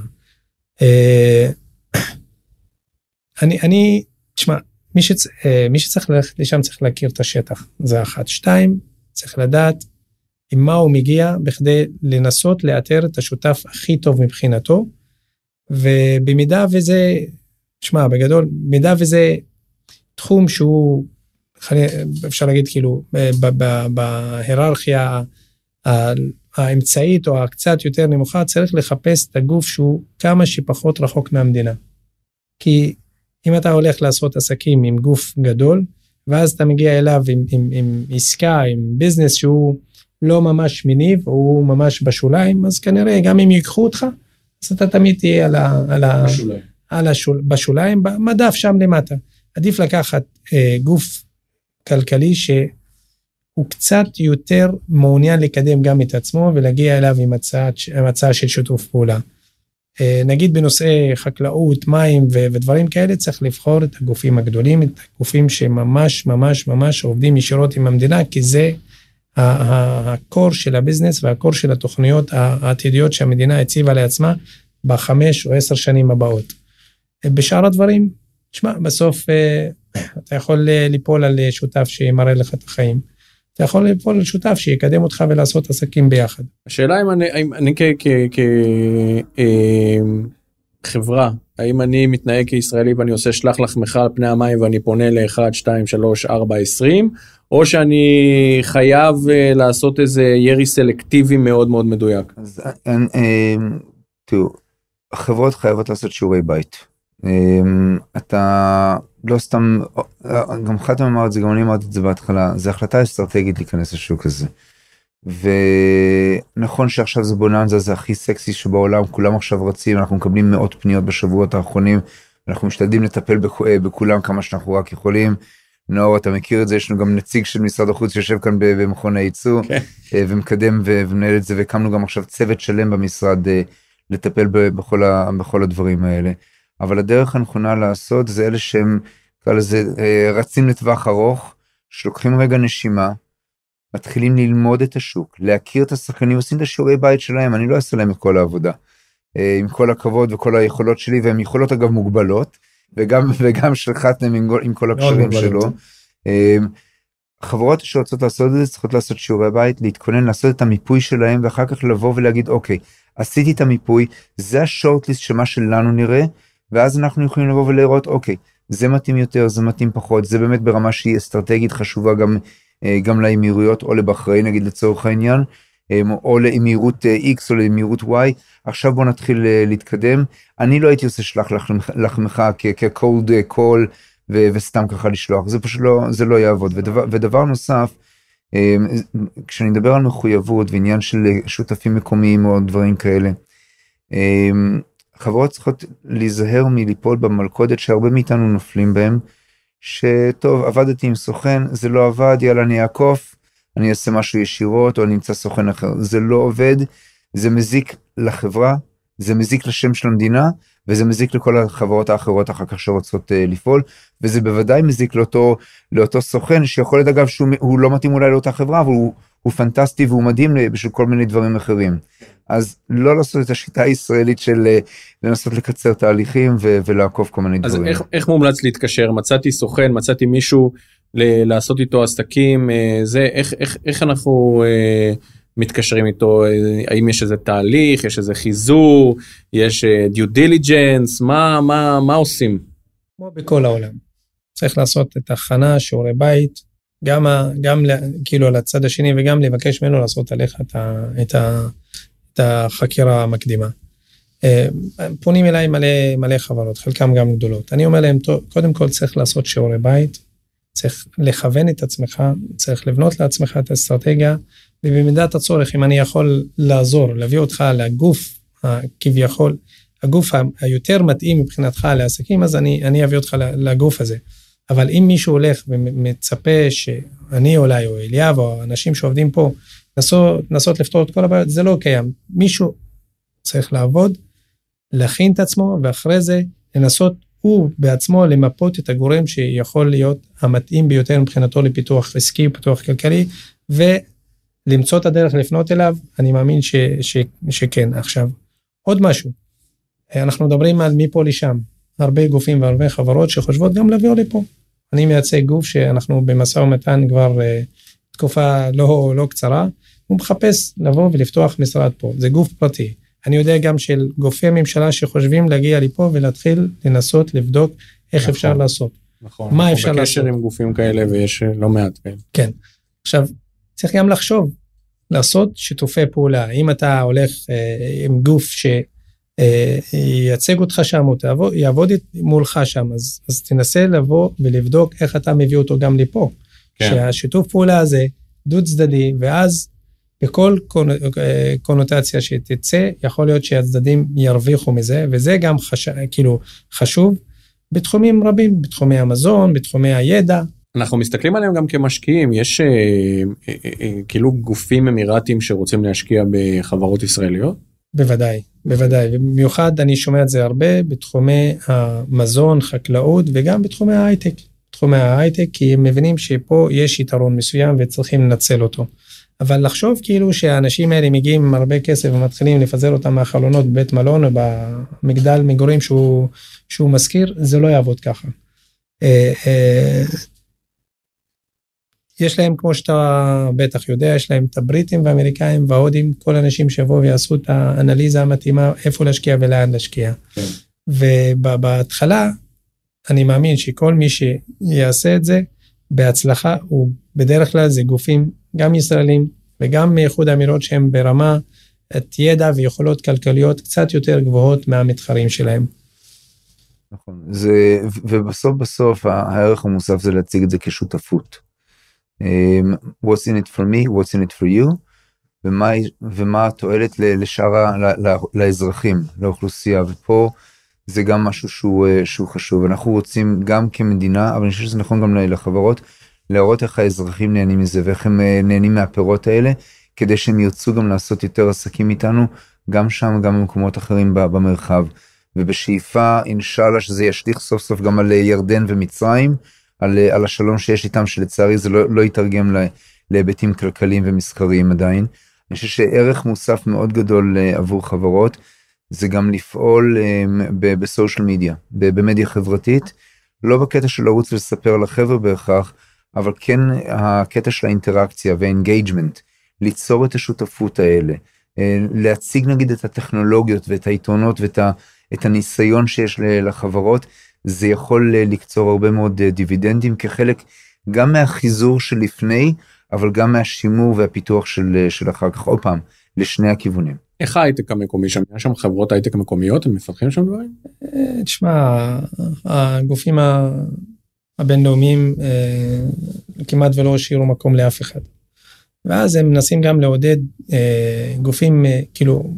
אני, אני, תשמע, מי, שצ, מי שצריך ללכת לשם צריך להכיר את השטח, זה אחת. שתיים, צריך לדעת עם מה הוא מגיע, בכדי לנסות לאתר את השותף הכי טוב מבחינתו, ובמידה וזה, תשמע, בגדול, במידה וזה תחום שהוא, אפשר להגיד כאילו, בהיררכיה האמצעית או הקצת יותר נמוכה, צריך לחפש את הגוף שהוא כמה שפחות רחוק מהמדינה. כי אם אתה הולך לעשות עסקים עם גוף גדול, ואז אתה מגיע אליו עם, עם, עם עסקה, עם ביזנס שהוא לא ממש מניב, הוא ממש בשוליים, אז כנראה גם אם ייקחו אותך, אז אתה תמיד תהיה על ה, על ה, בשוליים. על השול, בשוליים, במדף שם למטה. עדיף לקחת אה, גוף כלכלי שהוא קצת יותר מעוניין לקדם גם את עצמו, ולהגיע אליו עם הצעה, עם הצעה של שיתוף פעולה. אה, נגיד בנושאי חקלאות, מים ו- ודברים כאלה, צריך לבחור את הגופים הגדולים, את הגופים שממש ממש ממש עובדים ישירות עם המדינה, כי זה הקור של הביזנס והקור של התוכניות העתידיות שהמדינה הציבה לעצמה בחמש או עשר שנים הבאות. בשאר הדברים, תשמע, בסוף אתה יכול ליפול על שותף שימראה לך את החיים. אתה יכול ליפול על שותף שיקדם אותך ולעשות עסקים ביחד. השאלה אם אני, אם אני כחברה, האם אני מתנהג כישראלי ואני עושה שלח לחמך על פני המים ואני פונה ל-אחת, שתיים, שלוש, ארבע, עשרים, או שאני חייב לעשות איזה ירי סלקטיבי מאוד מאוד מדויק? אז תראו, החברות חייבות לעשות שיעורי בית. אתה לא סתם, גם חתם אמר את זה, גם אני אמרתי את זה בהתחלה, זה החלטה אסטרטגית להיכנס לשוק הזה. ונכון שעכשיו זה בוננזה, זה הכי סקסי שבעולם, כולם עכשיו רצים, אנחנו מקבלים מאות פניות בשבועות האחרונים, אנחנו משתדלים לטפל בכולם כמה שאנחנו רק יכולים. נאור, אתה מכיר את זה, יש לנו גם נציג של משרד החוץ שיושב כאן במכון הייצוא, okay. ומקדם ומנהל את זה, והקמנו גם עכשיו צוות שלם במשרד לטפל בכל, ה, בכל הדברים האלה. אבל הדרך הנכונה לעשות זה אלה שהם לזה, רצים לטווח ארוך, שלוקחים רגע נשימה, מתחילים ללמוד את השוק, להכיר את השחקנים, עושים את השיעורי בית שלהם, אני לא אעשה להם את כל העבודה, עם כל הכבוד וכל היכולות שלי, והן יכולות אגב מוגבלות, וגם, וגם של חתנם עם, עם כל הקשרים שלו. חברות שרוצות לעשות את זה, צריכות לעשות שיעורי בית, להתכונן, לעשות את המיפוי שלהם, ואחר כך לבוא ולהגיד, אוקיי, עשיתי את המיפוי, זה השורטליסט שמה שלנו נראה, ואז אנחנו יכולים לבוא ולראות, אוקיי, זה מתאים יותר, זה מתאים פחות, זה באמת ברמה שהיא אסטרטגית חשובה גם, גם לאמירויות, או לבחריין, נגיד לצורך העניין, או לאמירות X או לאמירות Y, עכשיו בוא נתחיל להתקדם. אני לא הייתי עושה שלח לחמך כ-cold call וסתם ככה לשלוח, זה פשוט לא, זה לא יעבוד. ודבר, ודבר נוסף, כשאני מדבר על מחויבות ועניין של שותפים מקומיים או דברים כאלה, חברות צריכות להיזהר מליפול במלכודת שהרבה מאיתנו נופלים בהם, שטוב, עבדתי עם סוכן, זה לא עבד, יאללה אני אעקוף, אני אעשה משהו ישירות, או אני אמצא סוכן אחר. זה לא עובד, זה מזיק לחברה, זה מזיק לשם של המדינה, וזה מזיק לכל החברות האחרות אחר כך שרוצות uh, לפעול, וזה בוודאי מזיק לאותו, לאותו סוכן, שיכול להיות אגב שהוא לא מתאים אולי לאותה חברה, אבל הוא, הוא פנטסטי והוא מדהים בשביל כל מיני דברים אחרים. אז לא לעשות את השיטה הישראלית של uh, לנסות לקצר תהליכים ו- ולעקוף כל מיני אז דברים. אז איך, איך מומלץ להתקשר? מצאתי סוכן, מצאתי מישהו ל- לעשות איתו עסקים, uh, זה, איך, איך, איך אנחנו... Uh, מתקשרים איתו, האם יש איזה תהליך, יש איזה חיזור, יש due diligence, מה, מה, מה עושים? כמו בכל העולם. צריך לעשות את הכנה, שיעורי בית, גם, גם כאילו על הצד השני, וגם לבקש ממנו לעשות עליך את, ה, את, ה, את החקירה המקדימה. פונים אליי מלא, מלא חברות, חלקם גם גדולות. אני אומר להם, קודם כל צריך לעשות שיעורי בית, צריך לכוון את עצמך, צריך לבנות לעצמך את האסטרטגיה, ובמידת הצורך, אם אני יכול לעזור, להביא אותך לגוף, כביכול, הגוף היותר מתאים מבחינתך לעסקים, אז אני, אני אביא אותך לגוף הזה. אבל אם מישהו הולך ומצפה שאני אולי, או אליאב, או אנשים שעובדים פה, נסות, נסות לפתור את כל הבעיות, זה לא קיים. מישהו צריך לעבוד, להכין את עצמו, ואחרי זה לנסות הוא בעצמו למפות את הגורם שיכול להיות המתאים ביותר מבחינתו לפיתוח עסקי, פיתוח כלכלי, ולמצוא את הדרך לפנות אליו, אני מאמין ש, ש, שכן. עכשיו, עוד משהו, אנחנו מדברים על מפה לשם, הרבה גופים והרבה חברות שחושבות גם להביאו לפה. אני מייצג גוף שאנחנו במשא ומתן כבר uh, תקופה לא, לא קצרה, הוא מחפש לבוא ולפתוח משרד פה, זה גוף פרטי. אני יודע גם של גופי הממשלה שחושבים להגיע לפה ולהתחיל לנסות לבדוק איך נכון, אפשר לעשות. נכון, מה אפשר לעשות. בקשר עם גופים כאלה ויש לא מעט כאלה. כן, עכשיו צריך גם לחשוב, לעשות שיתופי פעולה, אם אתה הולך אה, עם גוף שייצג אותך שם, או תעבוד, יעבוד מולך שם, אז, אז תנסה לבוא ולבדוק איך אתה מביא אותו גם לפה. כן. שהשיתוף פעולה הזה דו צדדי, ואז בכל קונוטציה שתצא, יכול להיות שהצדדים ירוויחו מזה, וזה גם חש... כאילו חשוב בתחומים רבים, בתחומי המזון, בתחומי הידע. אנחנו מסתכלים עליהם גם כמשקיעים, יש אה, אה, אה, כאילו גופים אמירטיים שרוצים להשקיע בחברות ישראליות? בוודאי, בוודאי, ובמיוחד אני שומע את זה הרבה בתחומי המזון, חקלאות, וגם בתחומי ההייטק, בתחומי ההייטק, כי הם מבינים שפה יש יתרון מסוים וצריכים לנצל אותו. אבל לחשוב כאילו שהאנשים האלה מגיעים עם הרבה כסף ומתחילים לפזר אותם מהחלונות בבית מלון או במגדל מגורים שהוא, שהוא מזכיר, זה לא יעבוד ככה. יש להם, כמו שאתה בטח יודע, יש להם את הבריטים והאמריקאים וההודים, כל האנשים שיבואו ויעשו את האנליזה המתאימה, איפה להשקיע ולאן להשקיע. ובהתחלה, אני מאמין שכל מי שיעשה את זה, בהצלחה, הוא בדרך כלל זה גופים גם ישראלים, וגם מאיחוד האמירות שהם ברמה, את ידע ויכולות כלכליות קצת יותר גבוהות מהמתחרים שלהם. נכון, זה, ובסוף בסוף הערך המוסף זה להציג את זה כשותפות. What's in it for me, what's in it for you, ומה, ומה התועלת לשאר, לאזרחים, לאוכלוסייה, ופה זה גם משהו שהוא, שהוא חשוב. אנחנו רוצים גם כמדינה, אבל אני חושב שזה נכון גם לחברות, להראות איך האזרחים נהנים מזה, ואיך הם נהנים מהפירות האלה, כדי שהם ירצו גם לעשות יותר עסקים איתנו, גם שם, גם במקומות אחרים במרחב. ובשאיפה, אינשאללה, שזה ישליך סוף סוף גם על ירדן ומצרים, על, על השלום שיש איתם, שלצערי זה לא, לא יתרגם לה, להיבטים כלכליים ומסחריים עדיין. אני חושב שערך מוסף מאוד גדול עבור חברות, זה גם לפעול בסושיאל מדיה, במדיה חברתית, לא בקטע של לרוץ ולספר לחבר בהכרח, אבל כן הקטע של האינטראקציה והאנגייג'מנט, ליצור את השותפות האלה, להציג נגיד את הטכנולוגיות ואת היתרונות ואת ה, את הניסיון שיש לחברות, זה יכול לקצור הרבה מאוד דיבידנדים כחלק גם מהחיזור של לפני, אבל גם מהשימור והפיתוח של, של אחר כך, עוד פעם, לשני הכיוונים. איך ההייטק המקומי שם? יש שם חברות הייטק המקומיות, הם מפתחים שם דברים? תשמע, הגופים הבינלאומיים כמעט ולא השאירו מקום לאף אחד. ואז הם מנסים גם לעודד גופים, כאילו,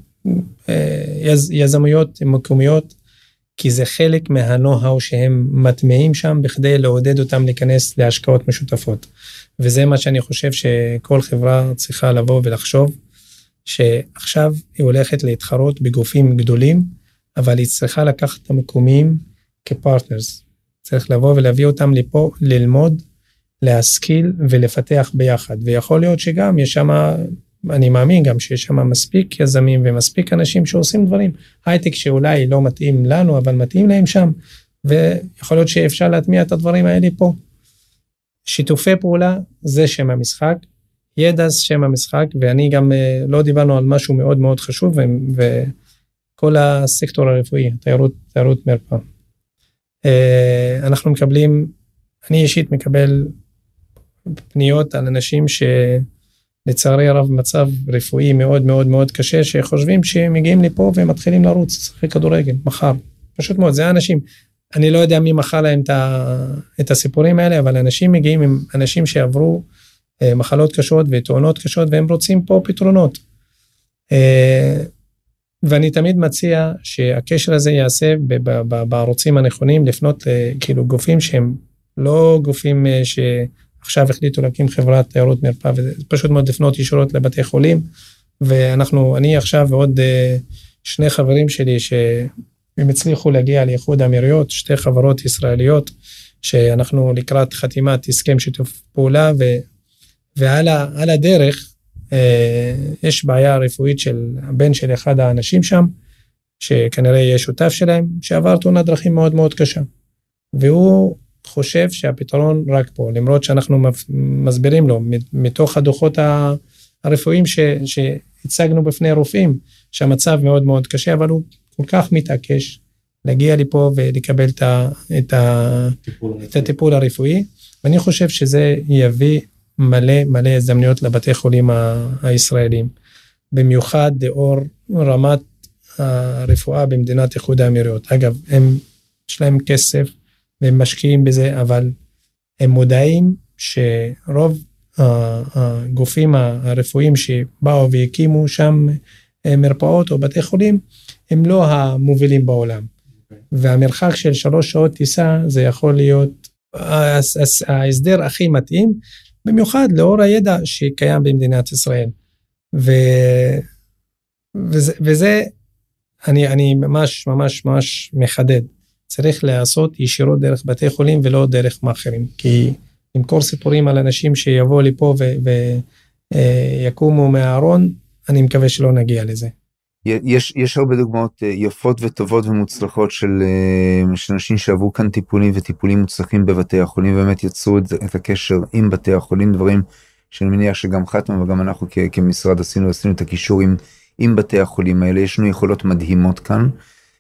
יזמויות מקומיות, כי זה חלק מהנוהאו שהם מטמיעים שם, בכדי לעודד אותם להיכנס להשקעות משותפות. וזה מה שאני חושב שכל חברה צריכה לבוא ולחשוב, שעכשיו היא הולכת להתחרות בגופים גדולים, אבל היא צריכה לקחת את המקומיים כפרטנרס. צריך לבוא ולהביא אותם לפה, ללמוד, להשכיל ולפתח ביחד. ויכול להיות שגם יש שם, אני מאמין גם שיש שם מספיק יזמים ומספיק אנשים שעושים דברים. הייטק שאולי לא מתאים לנו, אבל מתאים להם שם. ויכול להיות שאפשר להטמיע את הדברים האלה פה. שיתופי פעולה זה שם המשחק. ידע זה שם המשחק, ואני גם לא דיברנו על משהו מאוד מאוד חשוב, וכל הסקטור הרפואי, תיירות, תיירות מרפא. אנחנו מקבלים, אני אישית מקבל פניות על אנשים שלצערי הרב מצב רפואי מאוד מאוד מאוד קשה, שחושבים שהם מגיעים לפה ומתחילים לרוץ, לשחק כדורגל, מחר. פשוט מאוד, זה האנשים. אני לא יודע מי מחר להם את הסיפורים האלה, אבל אנשים מגיעים עם אנשים שעברו מחלות קשות ותאונות קשות, והם רוצים פה פתרונות. ואני תמיד מציע שהקשר הזה יעשה בערוצים הנכונים, לפנות כאילו גופים שהם לא גופים שעכשיו החליטו להקים חברת תיירות מרפאה, ופשוט מאוד לפנות ישירות לבתי חולים, ואנחנו, אני עכשיו ועוד שני חברים שלי שהם הצליחו להגיע לאיחוד האמירויות, שתי חברות ישראליות, שאנחנו לקראת חתימת הסכם שיתוף פעולה, ו, ועל ה, על הדרך, יש בעיה רפואית של הבן של אחד האנשים שם, שכנראה יהיה שותף שלהם, שעבר תאונת דרכים מאוד מאוד קשה. והוא חושב שהפתרון רק פה, למרות שאנחנו מסבירים לו, מתוך הדוחות הרפואיים ש, שהצגנו בפני רופאים, שהמצב מאוד מאוד קשה, אבל הוא כל כך מתעקש להגיע לפה ולקבל את, ה, את, ה, את הטיפול הרפואי, ואני חושב שזה יביא מלא מלא הזדמנויות לבתי חולים הישראלים, במיוחד לאור רמת הרפואה במדינת איחוד האמירויות. אגב, הם, יש להם כסף והם משקיעים בזה, אבל הם מודעים שרוב הגופים הרפואיים שבאו והקימו שם מרפאות או בתי חולים, הם לא המובילים בעולם. והמרחק של שלוש שעות טיסה, זה יכול להיות ההסדר הכי מתאים, במיוחד לאור הידע שקיים במדינת ישראל. ו... וזה, וזה אני, אני ממש ממש ממש מחדד. צריך לעשות ישירות דרך בתי חולים ולא דרך מאחרים. כי למכור סיפורים על אנשים שיבואו לפה ויקומו מהארון, אני מקווה שלא נגיע לזה. יש, יש הרבה דוגמאות יפות וטובות ומוצלחות של, של אנשים שעברו כאן טיפולים וטיפולים מוצלחים בבתי החולים, ובאמת יצרו את, את הקשר עם בתי החולים, דברים שאני מניח שגם חתם וגם אנחנו כ, כמשרד עשינו, עשינו את הקישור עם, עם בתי החולים האלה, יש לנו יכולות מדהימות כאן,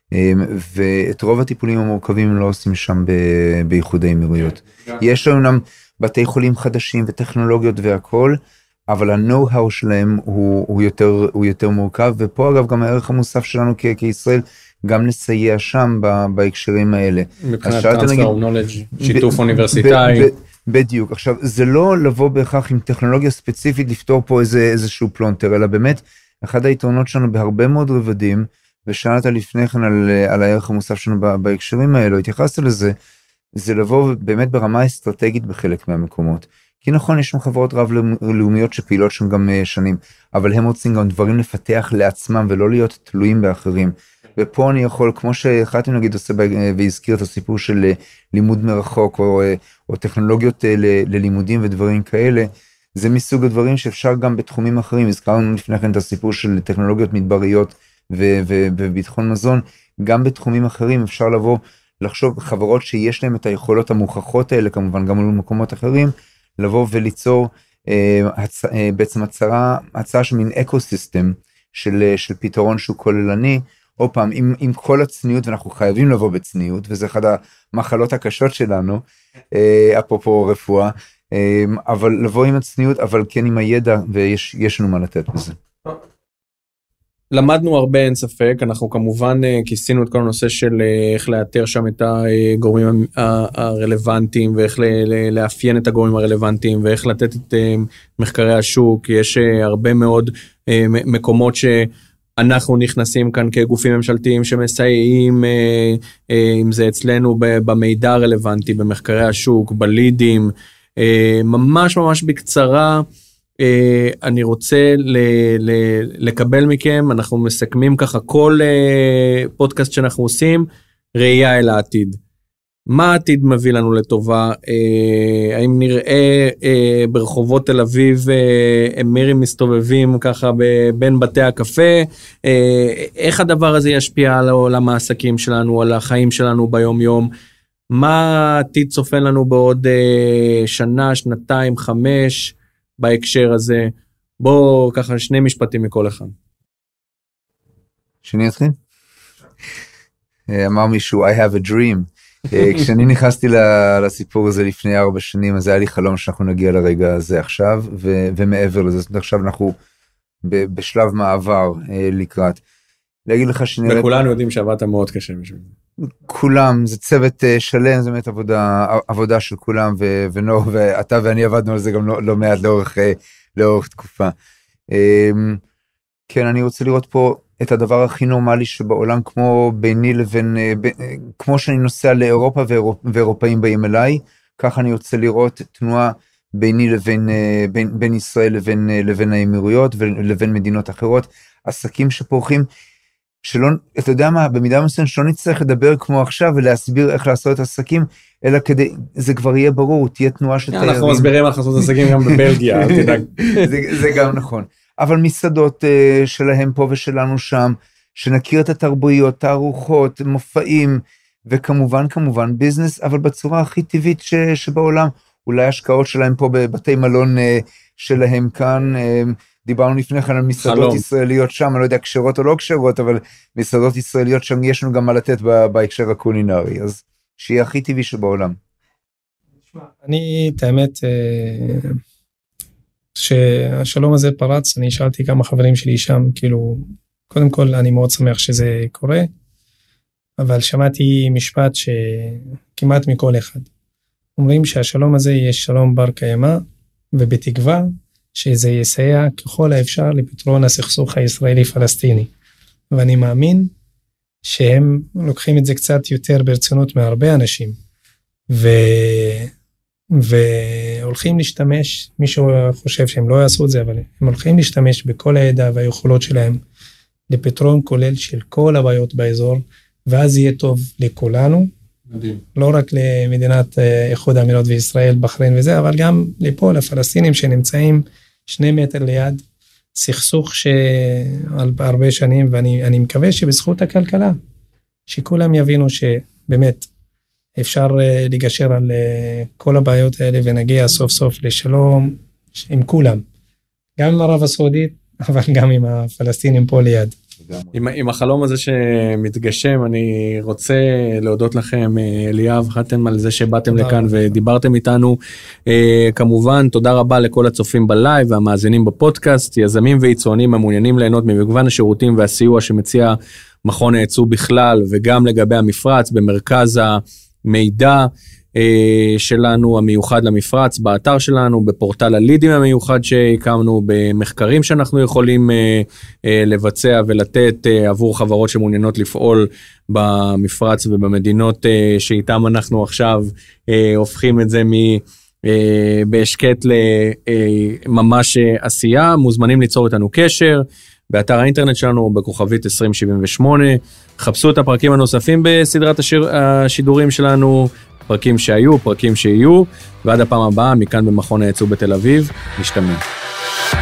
ואת רוב הטיפולים המורכבים לא עושים שם ב, באיחוד האמירויות. יש לנו בתי חולים חדשים וטכנולוגיות והכל, אבל ה-know-how שלהם הוא, הוא, יותר, הוא יותר מורכב, ופה אגב גם הערך המוסף שלנו כ- כישראל, גם נסייע שם ב- בהקשרים האלה. מבחינת transfer of knowledge, שיתוף אוניברסיטאי. בדיוק, עכשיו זה לא לבוא בהכרח עם טכנולוגיה ספציפית לפתור פה איזה, איזשהו פלונטר, אלא באמת, אחד היתרונות שלנו בהרבה מאוד רבדים, ושאלת לפני כן על, על הערך המוסף שלנו בהקשרים האלו, התייחסת לזה, זה לבוא באמת ברמה אסטרטגית בחלק מהמקומות. כי נכון, יש שם חברות רב-לאומיות שפעילות שם גם שנים, אבל הם רוצים גם דברים לפתח לעצמם ולא להיות תלויים באחרים. ופה אני יכול, כמו שאחד נגיד עושה והזכיר את הסיפור של לימוד מרחוק, או, או טכנולוגיות ללימודים ודברים כאלה, זה מסוג הדברים שאפשר גם בתחומים אחרים. הזכרנו לפני כן את הסיפור של טכנולוגיות מדבריות וביטחון מזון, גם בתחומים אחרים אפשר לבוא לחשוב חברות שיש להם את היכולות המוכחות האלה, כמובן גם במקומות אחרים, לבוא וליצור אה, הצ... אה, בעצם הצרה, הצעה של מין אקוסיסטם של, של פתרון שהוא כוללני, או פעם, עם, עם כל הצניעות, ואנחנו חייבים לבוא בצניעות, וזה אחד המחלות הקשות שלנו, אה, אפרופו רפואה, אה, אבל לבוא עם הצניעות, אבל כן עם הידע, ויש יש לנו מה לתת בזה. למדנו הרבה, אין ספק, אנחנו כמובן כיסינו את כל הנושא של איך לאתר שם את הגורמים הרלוונטיים, ואיך לאפיין את הגורמים הרלוונטיים, ואיך לתת את מחקרי השוק. יש הרבה מאוד מקומות שאנחנו נכנסים כאן כגופים ממשלתיים שמסייעים, אם זה אצלנו במידע הרלוונטי, במחקרי השוק, בלידים, ממש ממש בקצרה. Uh, אני רוצה ל- ל- לקבל מכם, אנחנו מסכמים ככה כל uh, פודקאסט שאנחנו עושים, ראייה אל העתיד. מה העתיד מביא לנו לטובה? Uh, האם נראה uh, ברחובות תל אביב uh, אמירים מסתובבים ככה ב- בין בתי הקפה? Uh, איך הדבר הזה ישפיע על עולם העסקים שלנו, על החיים שלנו ביום יום? מה העתיד צופן לנו בעוד uh, שנה, שנתיים, חמש? בהקשר הזה, בוא ככה שני משפטים מכל אחד. שאני אתחיל? אמר מישהו, I have a dream. כשאני נכנסתי לסיפור הזה לפני ארבע שנים, אז היה לי חלום שאנחנו נגיע לרגע הזה עכשיו, ומעבר לזה, עכשיו אנחנו בשלב מעבר לקראת. להגיד לך שנראה... וכולנו יודעים שעבדת מאוד קשה בשביל זה. כולם, זה צוות שלם, זה באמת עבודה, עבודה של כולם, ונור, ואתה ואני עבדנו על זה גם לא, לא מעט לאורך, לאורך תקופה. כן, אני רוצה לראות פה את הדבר הכי נורמלי שבעולם, כמו ביני לבין, כמו שאני נוסע לאירופה ואירופאים באים אליי, ככה אני רוצה לראות תנועה ביני לבין, בין, בין ישראל לבין, לבין האמירויות ולבין מדינות אחרות, עסקים שפורחים, שלא, אתה יודע מה, במידה מסוימת שלא נצטרך לדבר כמו עכשיו ולהסביר איך לעשות עסקים, אלא כדי, זה כבר יהיה ברור, תהיה תנועה של תיירים. אנחנו מסבירים איך לעשות עסקים גם בבלגיה, אל תדאג. זה, זה גם נכון. אבל מסעדות uh, שלהם פה ושלנו שם, שנכיר את התרבויות, תערוכות, מופעים, וכמובן, כמובן, ביזנס, אבל בצורה הכי טבעית ש, שבעולם, אולי השקעות שלהם פה בבתי מלון uh, שלהם כאן, uh, דיברנו לפני כן על מסעדות חלום. ישראליות שם, אני לא יודע, קשרות או לא קשרות, אבל מסעדות ישראליות שם יש לנו גם מה לתת בהקשר הקולינרי, אז שיהיה הכי טבעי שבעולם. אני, את האמת, שהשלום הזה פרץ, אני שאלתי כמה חברים שלי שם, כאילו, קודם כל אני מאוד שמח שזה קורה, אבל שמעתי משפט שכמעט מכל אחד. אומרים שהשלום הזה יהיה שלום בר קיימא, ובתקווה שזה יסייע ככל האפשר לפתרון הסכסוך הישראלי-פלסטיני. ואני מאמין שהם לוקחים את זה קצת יותר ברצינות מהרבה אנשים, ו... והולכים להשתמש, מישהו חושב שהם לא יעשו את זה, אבל הם הולכים להשתמש בכל הידע והיכולות שלהם, לפתרון כולל של כל הבעיות באזור, ואז יהיה טוב לכולנו, מדהים. לא רק למדינת איחוד האמירויות וישראל, בחריין וזה, אבל גם לפה, לפלסטינים שנמצאים שני מטר ליד, סכסוך שעל הרבה שנים, ואני אני מקווה שבזכות הכלכלה, שכולם יבינו שבאמת אפשר לגשר על כל הבעיות האלה, ונגיע סוף סוף לשלום עם כולם, גם עם ערב הסעודית, אבל גם עם הפלסטינים פה ליד. עם, עם החלום הזה שמתגשם, אני רוצה להודות לכם, אליאב חתם, על זה שבאתם לכאן ודיברתם איתנו. כמובן, תודה רבה לכל הצופים בלייב והמאזינים בפודקאסט, יזמים ויצואנים המעוניינים ליהנות ממגוון השירותים והסיוע שמציע מכון הייצוא בכלל, וגם לגבי המפרץ במרכז המידע שלנו המיוחד למפרץ, באתר שלנו, בפורטל הלידים המיוחד שהקמנו, במחקרים שאנחנו יכולים לבצע ולתת עבור חברות שמעוניינות לפעול במפרץ ובמדינות שאיתם אנחנו עכשיו הופכים את זה בהשקט לממש עשייה. מוזמנים ליצור איתנו קשר באתר האינטרנט שלנו בכוכבית עשרים שבעים ושמונה, חפשו את הפרקים הנוספים בסדרת השיר, השידורים שלנו, פרקים שהיו, פרקים שיהיו, ועד הפעם הבאה, מכאן במכון הייצוא בתל אביב, נשתמע.